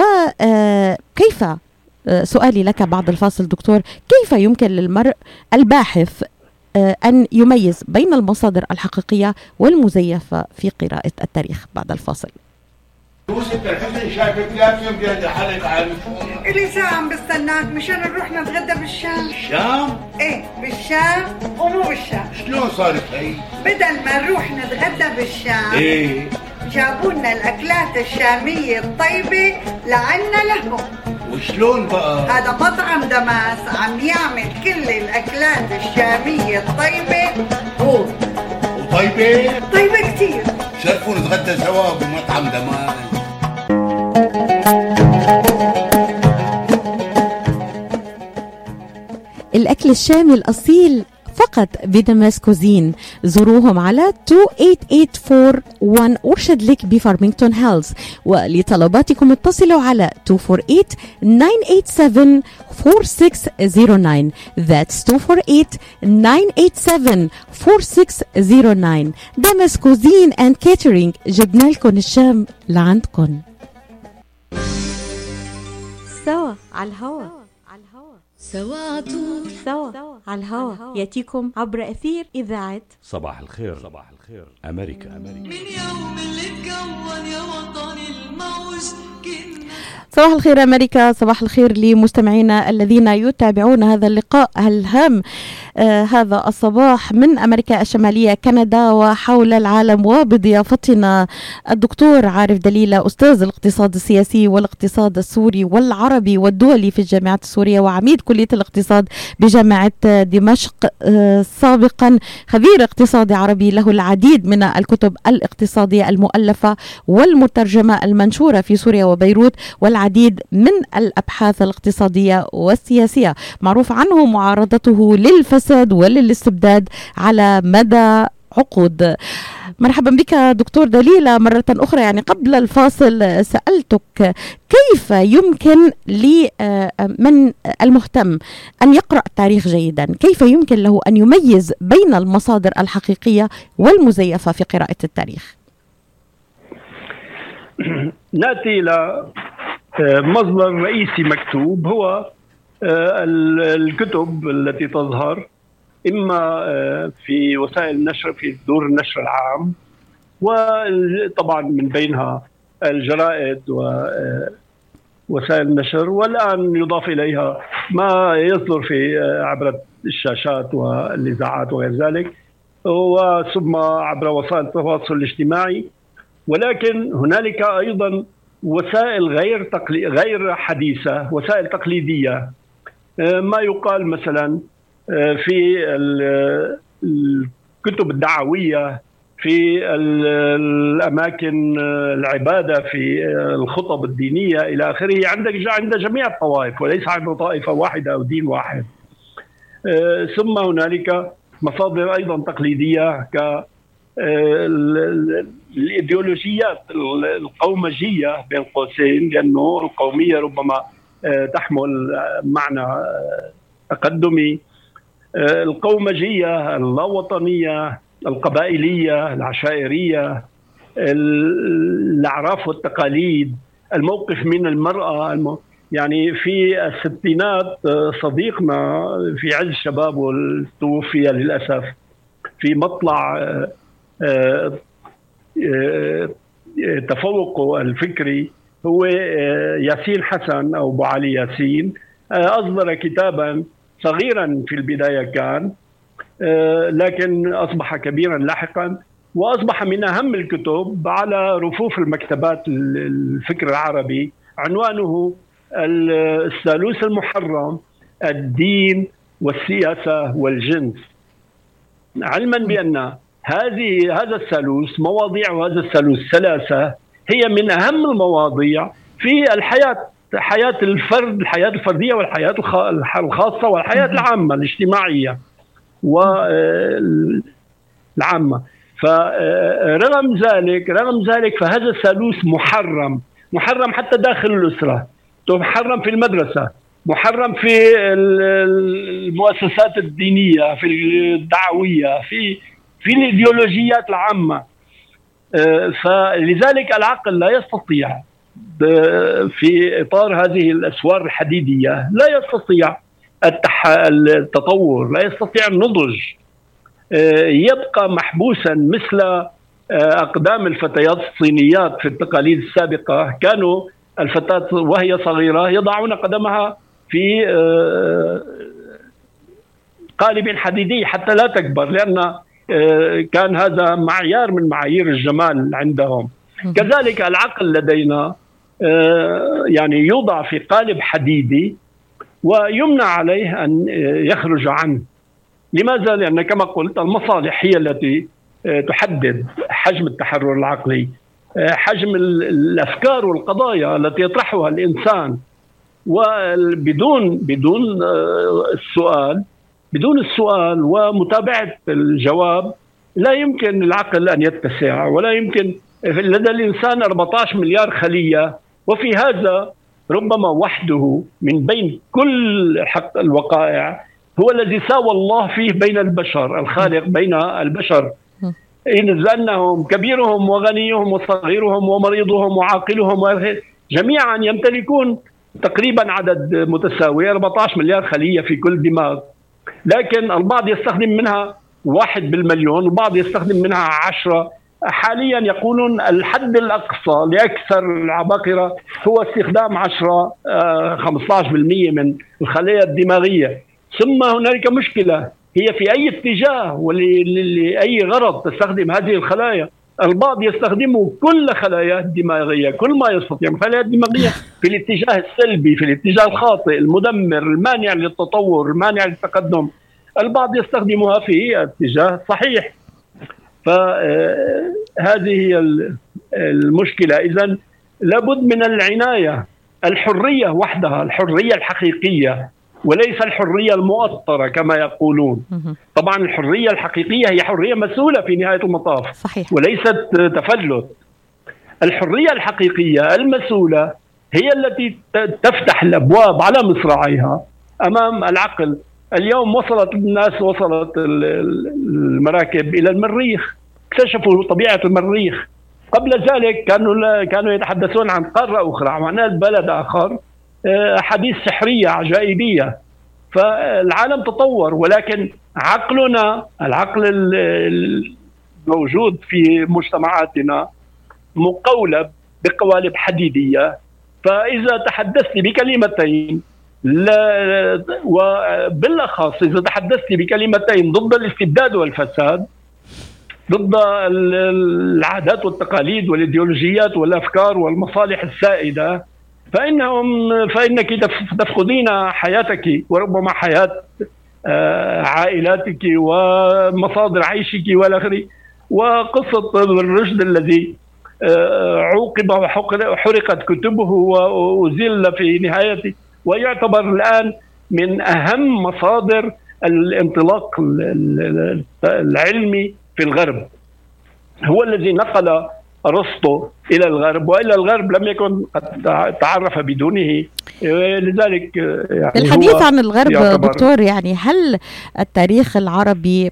وكيف، سؤالي لك بعد الفاصل دكتور، كيف يمكن للمرء الباحث أن يميز بين المصادر الحقيقية والمزيفة في قراءة التاريخ؟ بعد الفاصل. يوسف الحسن شايفك لا يوم جاي حالك عن إلي ساعة عم بستناك مشان نروح نتغدى بالشام. الشام؟ إيه بالشام ومو بالشام. شلون صارت هي؟ بدل ما نروح نتغدى بالشام إيه جابوا لنا الأكلات الشامية الطيبة لعنا لهم. وشلون بقى؟ هذا مطعم دماس عم يعمل كل الأكلات الشامية الطيبة هو. وطيبة؟ طيبة كتير. شرفوا نتغدى سوا بمطعم دماس. الأكل الشامي الأصيل فقط بدماس كوزين. زوروهم على اثنين ثمانية ثمانية أربعة واحد أورشد ليك بفارمينغتون هيلز، ولطلباتكم اتصلوا على اثنين أربعة ثمانية تسعة سبعة أربعة ستة صفر تسعة. That's اثنين أربعة ثمانية تسعة سبعة أربعة ستة صفر تسعة. دماس كوزين اند كاترينج، جبنا لكم الشام لعندكم. سوا على الهوا سوا عطول سوا على الهوا ياتيكم عبر أثير إذاعة صباح الخير. صباح الخير أمريكا. أمريكا من يوم اللي اتكون يا وطني الموج صباح الخير أمريكا، صباح الخير لمستمعينا الذين يتابعون هذا اللقاء الهام آه هذا الصباح من أمريكا الشمالية كندا وحول العالم، وبضيافتنا الدكتور عارف دليلة أستاذ الاقتصاد السياسي والاقتصاد السوري والعربي والدولي في الجامعة السورية وعميد كلية الاقتصاد بجامعة دمشق، آه سابقا خبير اقتصادي عربي له العديد من الكتب الاقتصادية المؤلفة والمترجمة المنشورة في سوريا وبيروت، والعديد من الأبحاث الاقتصادية والسياسية، معروف عنه معارضته للفساد وللاستبداد على مدى عقود. مرحبا بك دكتور دليلة مرة أخرى. يعني قبل الفاصل سألتك كيف يمكن لمن المهتم أن يقرأ التاريخ جيدا، كيف يمكن له أن يميز بين المصادر الحقيقية والمزيفة في قراءة التاريخ؟ نأتي إلى مصدر رئيسي مكتوب هو الكتب التي تظهر إما في وسائل النشر في دور النشر العام، وطبعا من بينها الجرائد ووسائل النشر، والآن يضاف إليها ما يصدر في عبر الشاشات والإذاعات وغير ذلك، وثم عبر وسائل التواصل الاجتماعي. ولكن هنالك أيضا وسائل غير تقلي... غير حديثة، وسائل تقليدية، ما يقال مثلا في الكتب الدعوية، في الأماكن العبادة، في الخطب الدينية إلى آخره، عندك عند جميع الطوائف وليس عند طائفة واحدة أو دين واحد. ثم هنالك مصادر أيضا تقليدية ك الإيديولوجيات القومجية بين قوسين، لأنه القومية ربما تحمل معنى تقدمي، القومجية، اللاوطنية، القبائلية، العشائرية، الأعراف والتقاليد، الموقف من المرأة. الم... يعني في الستينات صديقنا في عز شبابه توفي للأسف في مطلع تفوقه الفكري، هو ياسين حسن أو أبو علي ياسين، أصدر كتابا صغيرا في البداية كان، لكن أصبح كبيرا لاحقا، وأصبح من أهم الكتب على رفوف المكتبات الفكر العربي، عنوانه الثالوث المحرم: الدين والسياسة والجنس. علما بأن هذه هذا الثالوث مواضيع، وهذا الثالوث ثلاثة هي من أهم المواضيع في الحياة، حياة الفرد، الحياة الفردية والحياة الخاصة والحياة العامة الاجتماعية والعامة. فرغم ذلك رغم ذلك فهذا الثالوث محرم، محرم حتى داخل الأسرة، محرم في المدرسة، محرم في المؤسسات الدينية، في الدعوية، في في الإيديولوجيات العامة. فلذلك العقل لا يستطيع في إطار هذه الأسوار الحديدية، لا يستطيع التطور، لا يستطيع النضج، يبقى محبوسا مثل أقدام الفتيات الصينيات في التقاليد السابقة. كانوا الفتاة وهي صغيرة يضعون قدمها في قالب حديدي حتى لا تكبر، لأن كان هذا معيار من معايير الجمال عندهم. كذلك العقل لدينا يعني يوضع في قالب حديدي ويمنع عليه أن يخرج عنه. لماذا؟ لأن كما قلت المصالح هي التي تحدد حجم التحرر العقلي، حجم الأفكار والقضايا التي يطرحها الإنسان، وبدون بدون السؤال بدون السؤال ومتابعة الجواب لا يمكن العقل أن يتسع، ولا يمكن. لدى الإنسان أربعة عشر مليار خلية، وفي هذا ربما وحده من بين كل حق الوقائع هو الذي ساوى الله فيه بين البشر، الخالق بين البشر، إذ أنهم كبيرهم وغنيهم وصغيرهم ومريضهم وعاقلهم جميعا يمتلكون تقريبا عدد متساوي، أربعة عشر مليار خلية في كل دماغ، لكن البعض يستخدم منها واحد بالمليون، والبعض يستخدم منها عشرة حاليا يقولون الحد الأقصى لأكثر العباقرة هو استخدام عشرة خمسة عشر بالمئة من الخلايا الدماغية. ثم هنالك مشكلة هي في أي اتجاه ولأي غرض تستخدم هذه الخلايا. البعض يستخدم كل خلايا الدماغية، كل ما يستطيع من خلايا الدماغية في الاتجاه السلبي، في الاتجاه الخاطئ المدمر المانع للتطور المانع للتقدم. البعض يستخدمها في الاتجاه الصحيح. فهذه هي المشكلة. إذن لابد من العناية. الحرية وحدها، الحرية الحقيقية وليس الحرية المؤطرة كما يقولون. طبعا الحرية الحقيقية هي حرية مسؤولة في نهاية المطاف، صحيح. وليست تفلت. الحرية الحقيقية المسؤولة هي التي تفتح الأبواب على مصراعيها أمام العقل. اليوم وصلت الناس، وصلت المراكب إلى المريخ، اكتشفوا طبيعة المريخ. قبل ذلك كانوا كانوا يتحدثون عن قارة أخرى، عن بلد آخر، حديث سحرية عجائبية. فالعالم تطور، ولكن عقلنا، العقل الموجود في مجتمعاتنا مقولب بقوالب حديدية. فإذا تحدثت بكلمتين لا، وبالأخص إذا تحدثت بكلمتين ضد الاستبداد والفساد، ضد العادات والتقاليد والإيديولوجيات والأفكار والمصالح السائدة، فإنهم فإنك تفقدين حياتك وربما حياة عائلاتك ومصادر عيشك والآخر. وقصة الرشد الذي عوقب وحرقت كتبه وأزيل في نهايته، ويعتبر الآن من أهم مصادر الانطلاق العلمي في الغرب، هو الذي نقل أرسطو إلى الغرب، وإلى الغرب لم يكن قد تعرف بدونه. لذلك يعني الحديث عن الغرب دكتور، يعني هل التاريخ العربي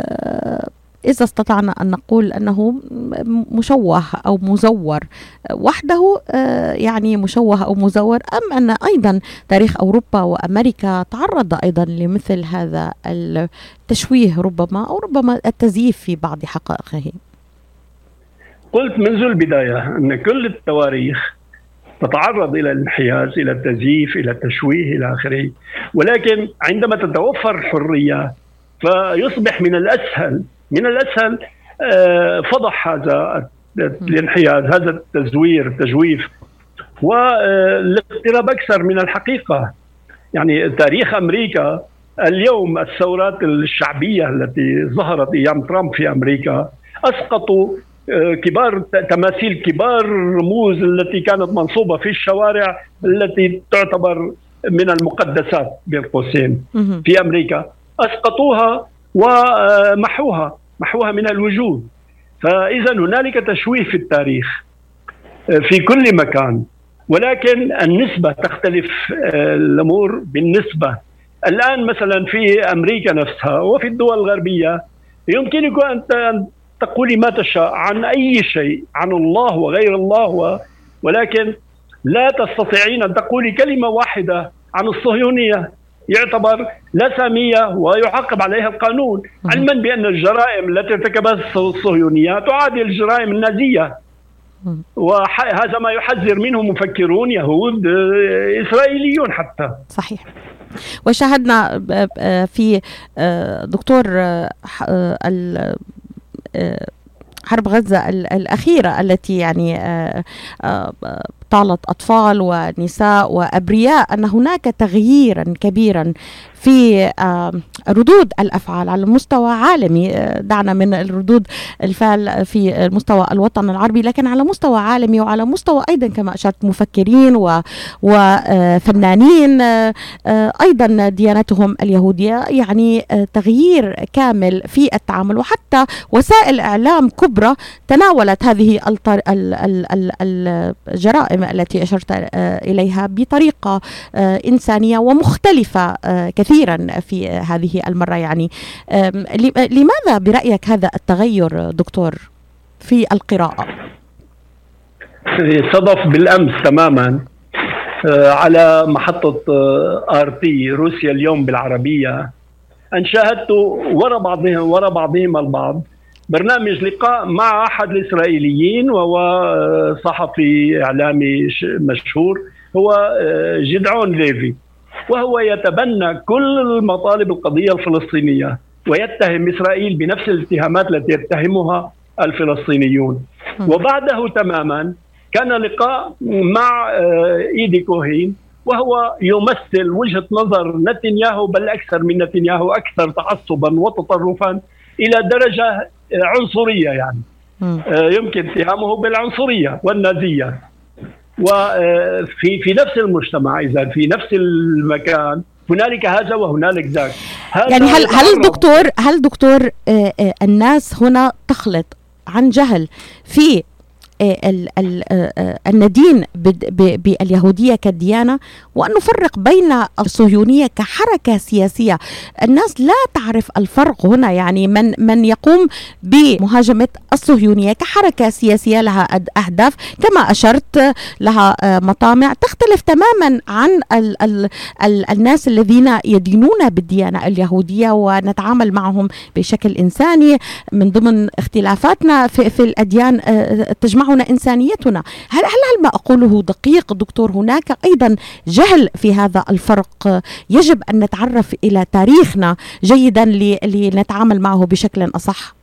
إذا استطعنا أن نقول أنه مشوه أو مزور وحده، يعني مشوه أو مزور، أم أن أيضا تاريخ أوروبا وأمريكا تعرض أيضا لمثل هذا التشويه ربما، أو ربما التزييف في بعض حقائقه؟ قلت منذ البداية أن كل التواريخ تتعرض إلى الانحياز، إلى التزييف، إلى التشويه إلى آخره. ولكن عندما تتوفر الحرية فيصبح من الأسهل من الأسهل فضح هذا الانحياز، هذا التزوير، التجويف، والاقتراب أكثر من الحقيقة. يعني تاريخ أمريكا اليوم، الثورات الشعبية التي ظهرت أيام ترامب في أمريكا أسقطوا كبار تماثيل كبار الرموز التي كانت منصوبة في الشوارع التي تعتبر من المقدسات بين قوسين في أمريكا، أسقطوها ومحوها محوها من الوجود. فإذا هنالك تشويه في التاريخ في كل مكان، ولكن النسبة تختلف. الأمور بالنسبة الآن مثلا في أمريكا نفسها وفي الدول الغربية يمكنك أن تقولي ما تشاء عن أي شيء، عن الله وغير الله، ولكن لا تستطيعين أن تقولي كلمة واحدة عن الصهيونية، يعتبر لا سامية ويعاقب عليها القانون، علما بأن الجرائم التي ارتكبها الصهيونية تعادل الجرائم النازية. وهذا ما يحذر منه مفكرون يهود إسرائيليون حتى. صحيح. وشاهدنا في دكتور حرب غزة الأخيرة التي يعني طالت أطفال ونساء وأبرياء أن هناك تغييرا كبيرا في ردود الأفعال على مستوى عالمي. دعنا من الردود الفعل في مستوى الوطن العربي، لكن على مستوى عالمي، وعلى مستوى أيضا كما أشرت مفكرين وفنانين أيضا ديانتهم اليهودية، يعني تغيير كامل في التعامل. وحتى وسائل إعلام كبرى تناولت هذه الجرائم التي أشرت إليها بطريقة إنسانية ومختلفة كثيرا في هذه المرة. يعني لماذا برأيك هذا التغير دكتور في القراءة؟ صدف بالأمس تماما على محطة آر تي روسيا اليوم بالعربية أن شاهدت وراء بعضهم وراء بعضهم البعض برنامج لقاء مع أحد الإسرائيليين وهو صحفي إعلامي مشهور، هو جدعون ليفي، وهو يتبنى كل المطالب القضية الفلسطينية ويتهم إسرائيل بنفس الاتهامات التي يتهمها الفلسطينيون. وبعده تماما كان لقاء مع إيدي كوهين، وهو يمثل وجهة نظر نتنياهو، بل أكثر من نتنياهو، أكثر تعصبا وتطرفا إلى درجة عنصرية، يعني يمكن اتهامه بالعنصرية والنازية. وفي في نفس المجتمع، إذا في نفس المكان هنالك هذا وهنالك ذاك. يعني هل هل دكتور هل دكتور آه آه الناس هنا تخلط عن جهل في ال ال الندين باليهودية كديانة، وأن نفرق بين الصهيونية كحركة سياسية. الناس لا تعرف الفرق هنا، يعني من من يقوم بمهاجمة الصهيونية كحركة سياسية لها أهداف كما أشرت، لها مطامع تختلف تماما عن ال ال ال الناس الذين يدينون بالديانة اليهودية ونتعامل معهم بشكل إنساني من ضمن اختلافاتنا في, في الأديان تجمع إنسانيتنا. هل هل ما أقوله دقيق دكتور؟ هناك أيضا جهل في هذا الفرق، يجب أن نتعرف إلى تاريخنا جيدا لنتعامل معه بشكل أصح.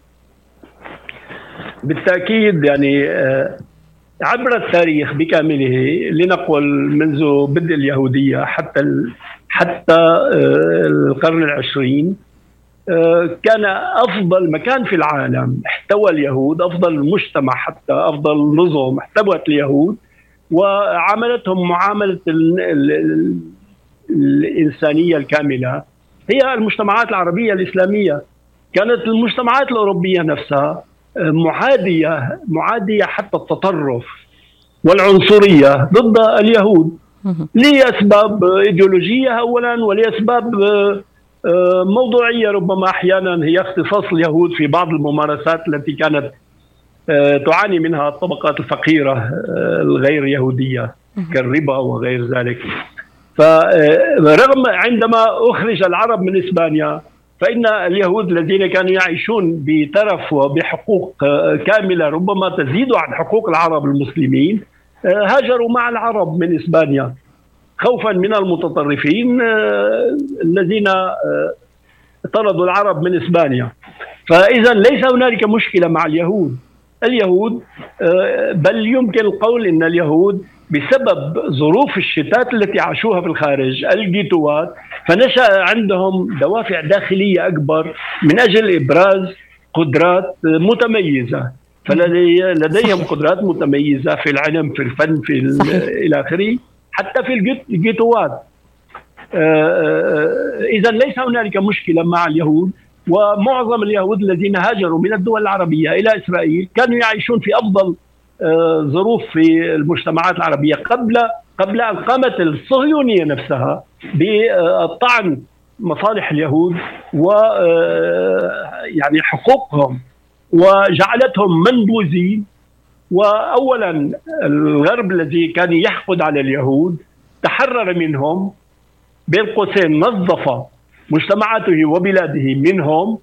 بالتأكيد، يعني عبر التاريخ بكامله، لنقل منذ بدء اليهودية حتى حتى القرن العشرين، كان أفضل مكان في العالم احتوى اليهود، أفضل مجتمع حتى أفضل نظم احتوت اليهود وعاملتهم معاملة الإنسانية الكاملة، هي المجتمعات العربية الإسلامية. كانت المجتمعات الأوروبية نفسها معادية معادية حتى التطرف والعنصرية ضد اليهود لأسباب إيديولوجية أولا، ولأسباب موضوعية ربما أحيانا هي اختصاص اليهود في بعض الممارسات التي كانت تعاني منها الطبقات الفقيرة الغير يهودية كالربا وغير ذلك. فرغم عندما أخرج العرب من إسبانيا، فإن اليهود الذين كانوا يعيشون بترف وبحقوق كاملة ربما تزيد عن حقوق العرب المسلمين، هاجروا مع العرب من إسبانيا خوفا من المتطرفين الذين طردوا العرب من إسبانيا. فإذا ليس هنالك مشكلة مع اليهود اليهود بل يمكن القول إن اليهود بسبب ظروف الشتات التي عاشوها في الخارج، الجيتوات، فنشأ عندهم دوافع داخلية أكبر من أجل إبراز قدرات متميزة، فلديهم قدرات متميزة في العلم، في الفن، في إلى آخره، حتى في الجيتوات. إذا ليس هنالك مشكلة مع اليهود، ومعظم اليهود الذين هاجروا من الدول العربية إلى إسرائيل كانوا يعيشون في أفضل ظروف في المجتمعات العربية قبل قبل أن قامت الصهيونية نفسها بالطعن مصالح اليهود و يعني حقوقهم، وجعلتهم منبوذين. وأولا الغرب الذي كان يحقد على اليهود تحرر منهم، بين قوسين نظف مجتمعاته وبلاده منهم،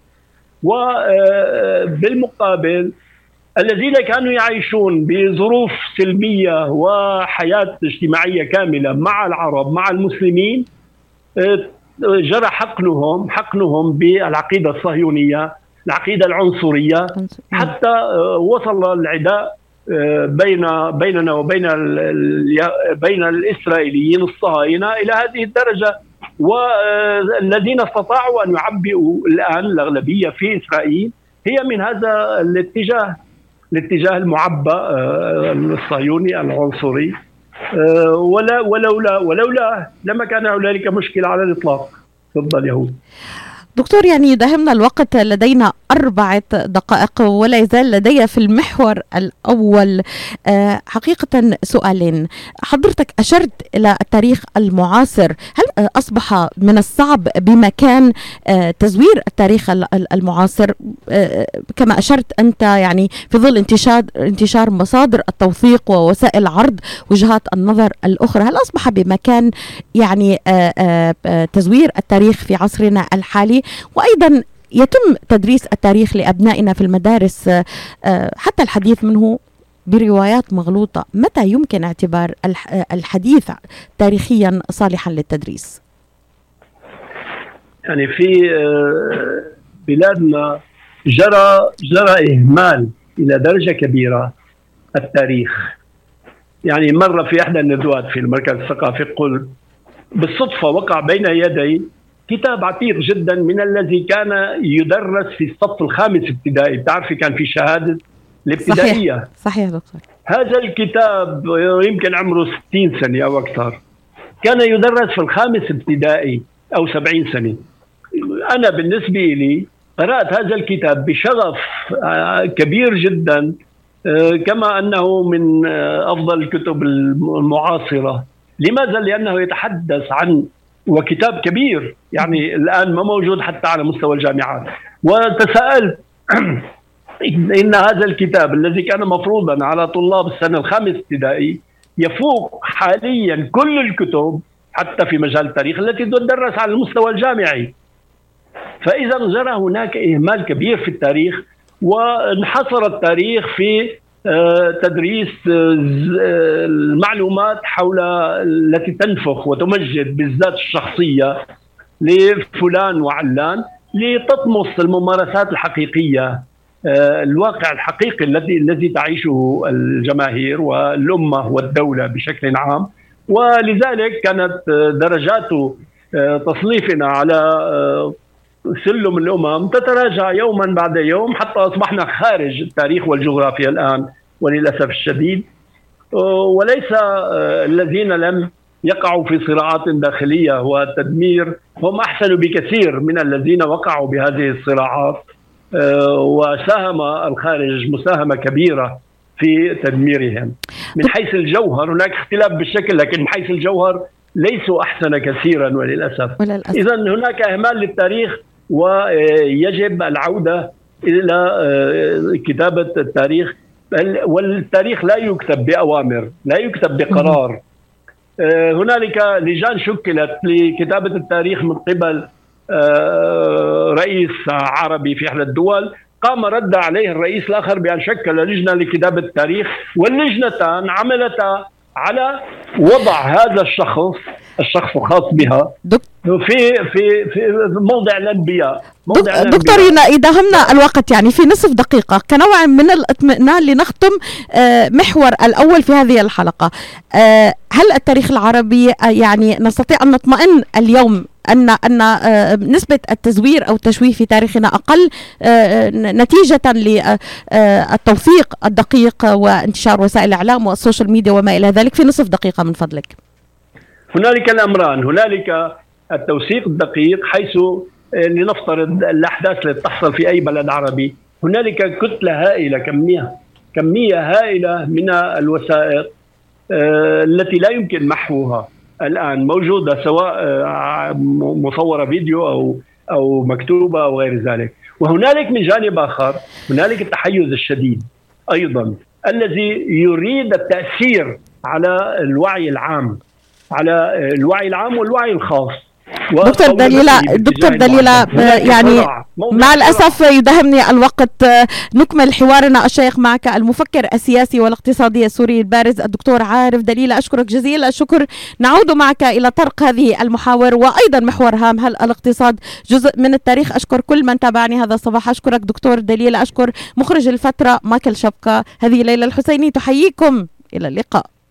وبالمقابل الذين كانوا يعيشون بظروف سلمية وحياة اجتماعية كاملة مع العرب مع المسلمين جرى حقنهم حقنهم بالعقيدة الصهيونية، العقيدة العنصرية، حتى وصل العداء بين بيننا وبين بين الإسرائيليين الصهاينة إلى هذه الدرجة، والذين استطاعوا أن يعبئوا الآن الأغلبية في إسرائيل هي من هذا الاتجاه الاتجاه المعبأ الصهيوني العنصري. ولا ولولا ولولا لما كان هنالك مشكلة على الإطلاق ضد اليهود. دكتور، يعني يداهمنا الوقت، لدينا أربعة دقائق ولا يزال لدي في المحور الأول حقيقة سؤالين. حضرتك أشرت إلى التاريخ المعاصر، هل أصبح من الصعب بمكان تزوير التاريخ المعاصر كما أشرت أنت، يعني في ظل انتشار انتشار مصادر التوثيق ووسائل عرض وجهات النظر الأخرى؟ هل أصبح بمكان يعني تزوير التاريخ في عصرنا الحالي؟ وأيضا يتم تدريس التاريخ لأبنائنا في المدارس حتى الحديث منه بروايات مغلوطة، متى يمكن اعتبار الحديث تاريخيا صالحا للتدريس؟ يعني في بلادنا جرى جرى إهمال إلى درجة كبيرة التاريخ. يعني مرة في إحدى الندوات في المركز الثقافي قلت بالصدفة وقع بين يدي كتاب عتيق جدا من الذي كان يدرس في الصف الخامس ابتدائي. بتعرفي كان في شهادة الابتدائية. صحيح صحيح دكتور. هذا الكتاب يمكن عمره ستين سنة أو أكثر، كان يدرس في الخامس ابتدائي أو سبعين سنة. أنا بالنسبة لي قرأت هذا الكتاب بشغف كبير جدا، كما أنه من أفضل الكتب المعاصرة. لماذا؟ لأنه يتحدث عن وكتاب كبير يعني الآن ما موجود حتى على مستوى الجامعات. وتساءلت إن هذا الكتاب الذي كان مفروضا على طلاب السنة الخامس ابتدائي يفوق حاليا كل الكتب حتى في مجال التاريخ التي تدرس على المستوى الجامعي. فإذا جرى هناك إهمال كبير في التاريخ، وانحصر التاريخ في تدريس المعلومات حول التي تنفخ وتمجد بالذات الشخصية لفلان وعلان لتطمس الممارسات الحقيقية، الواقع الحقيقي الذي الذي تعيشه الجماهير والأمة والدولة بشكل عام. ولذلك كانت درجات تصنيفنا على سلم الأمم تتراجع يوما بعد يوم حتى أصبحنا خارج التاريخ والجغرافيا الآن وللأسف الشديد. وليس الذين لم يقعوا في صراعات داخلية وتدمير هم أحسن بكثير من الذين وقعوا بهذه الصراعات، وساهم الخارج مساهمة كبيرة في تدميرهم. من حيث الجوهر هناك اختلاف بالشكل، لكن من حيث الجوهر ليسوا أحسن كثيرا وللأسف. إذن هناك إهمال للتاريخ، ويجب العودة إلى كتابة التاريخ. والتاريخ لا يكتب بأوامر، لا يكتب بقرار. هنالك لجان شكلت لكتابة التاريخ من قبل رئيس عربي في إحدى الدول، قام رد عليه الرئيس الآخر بأن شكل لجنة لكتابة التاريخ، واللجنتان عملتا على وضع هذا الشخص الشخص الخاص بها في في في موضع الأنبياء. موضع دكتور يداهمنا الوقت يعني في نصف دقيقة كنوع من الاطمئنان لنختم محور الأول في هذه الحلقة. هل التاريخ العربي يعني نستطيع أن نطمئن اليوم أن أن نسبة التزوير أو التشويه في تاريخنا أقل نتيجة للتوثيق الدقيق وانتشار وسائل الإعلام والسوشيال ميديا وما إلى ذلك؟ في نصف دقيقة من فضلك. هنالك الأمران، هنالك التوثيق الدقيق حيث لنفترض الأحداث التي تحصل في أي بلد عربي، هنالك كتلة هائلة كمية كمية هائلة من الوثائق التي لا يمكن محوها الآن موجودة، سواء مصورة فيديو أو أو مكتوبة أو غير ذلك. وهنالك من جانب آخر هنالك التحيز الشديد أيضا الذي يريد التأثير على الوعي العام، على الوعي العام والوعي الخاص. دكتور دليلة دكتور دليلة يعني مع الأسف يداهمني الوقت. نكمل حوارنا الشيق معك المفكر السياسي والاقتصادي السوري البارز الدكتور عارف دليلة. أشكرك جزيل الشكر. نعود معك إلى طرق هذه المحاور وأيضا محور هام، هل الاقتصاد جزء من التاريخ؟ أشكر كل من تابعني هذا الصباح. أشكرك دكتور دليلة، أشكر مخرج الفترة مايكل شبكة. هذه ليلى الحسيني تحييكم، إلى اللقاء.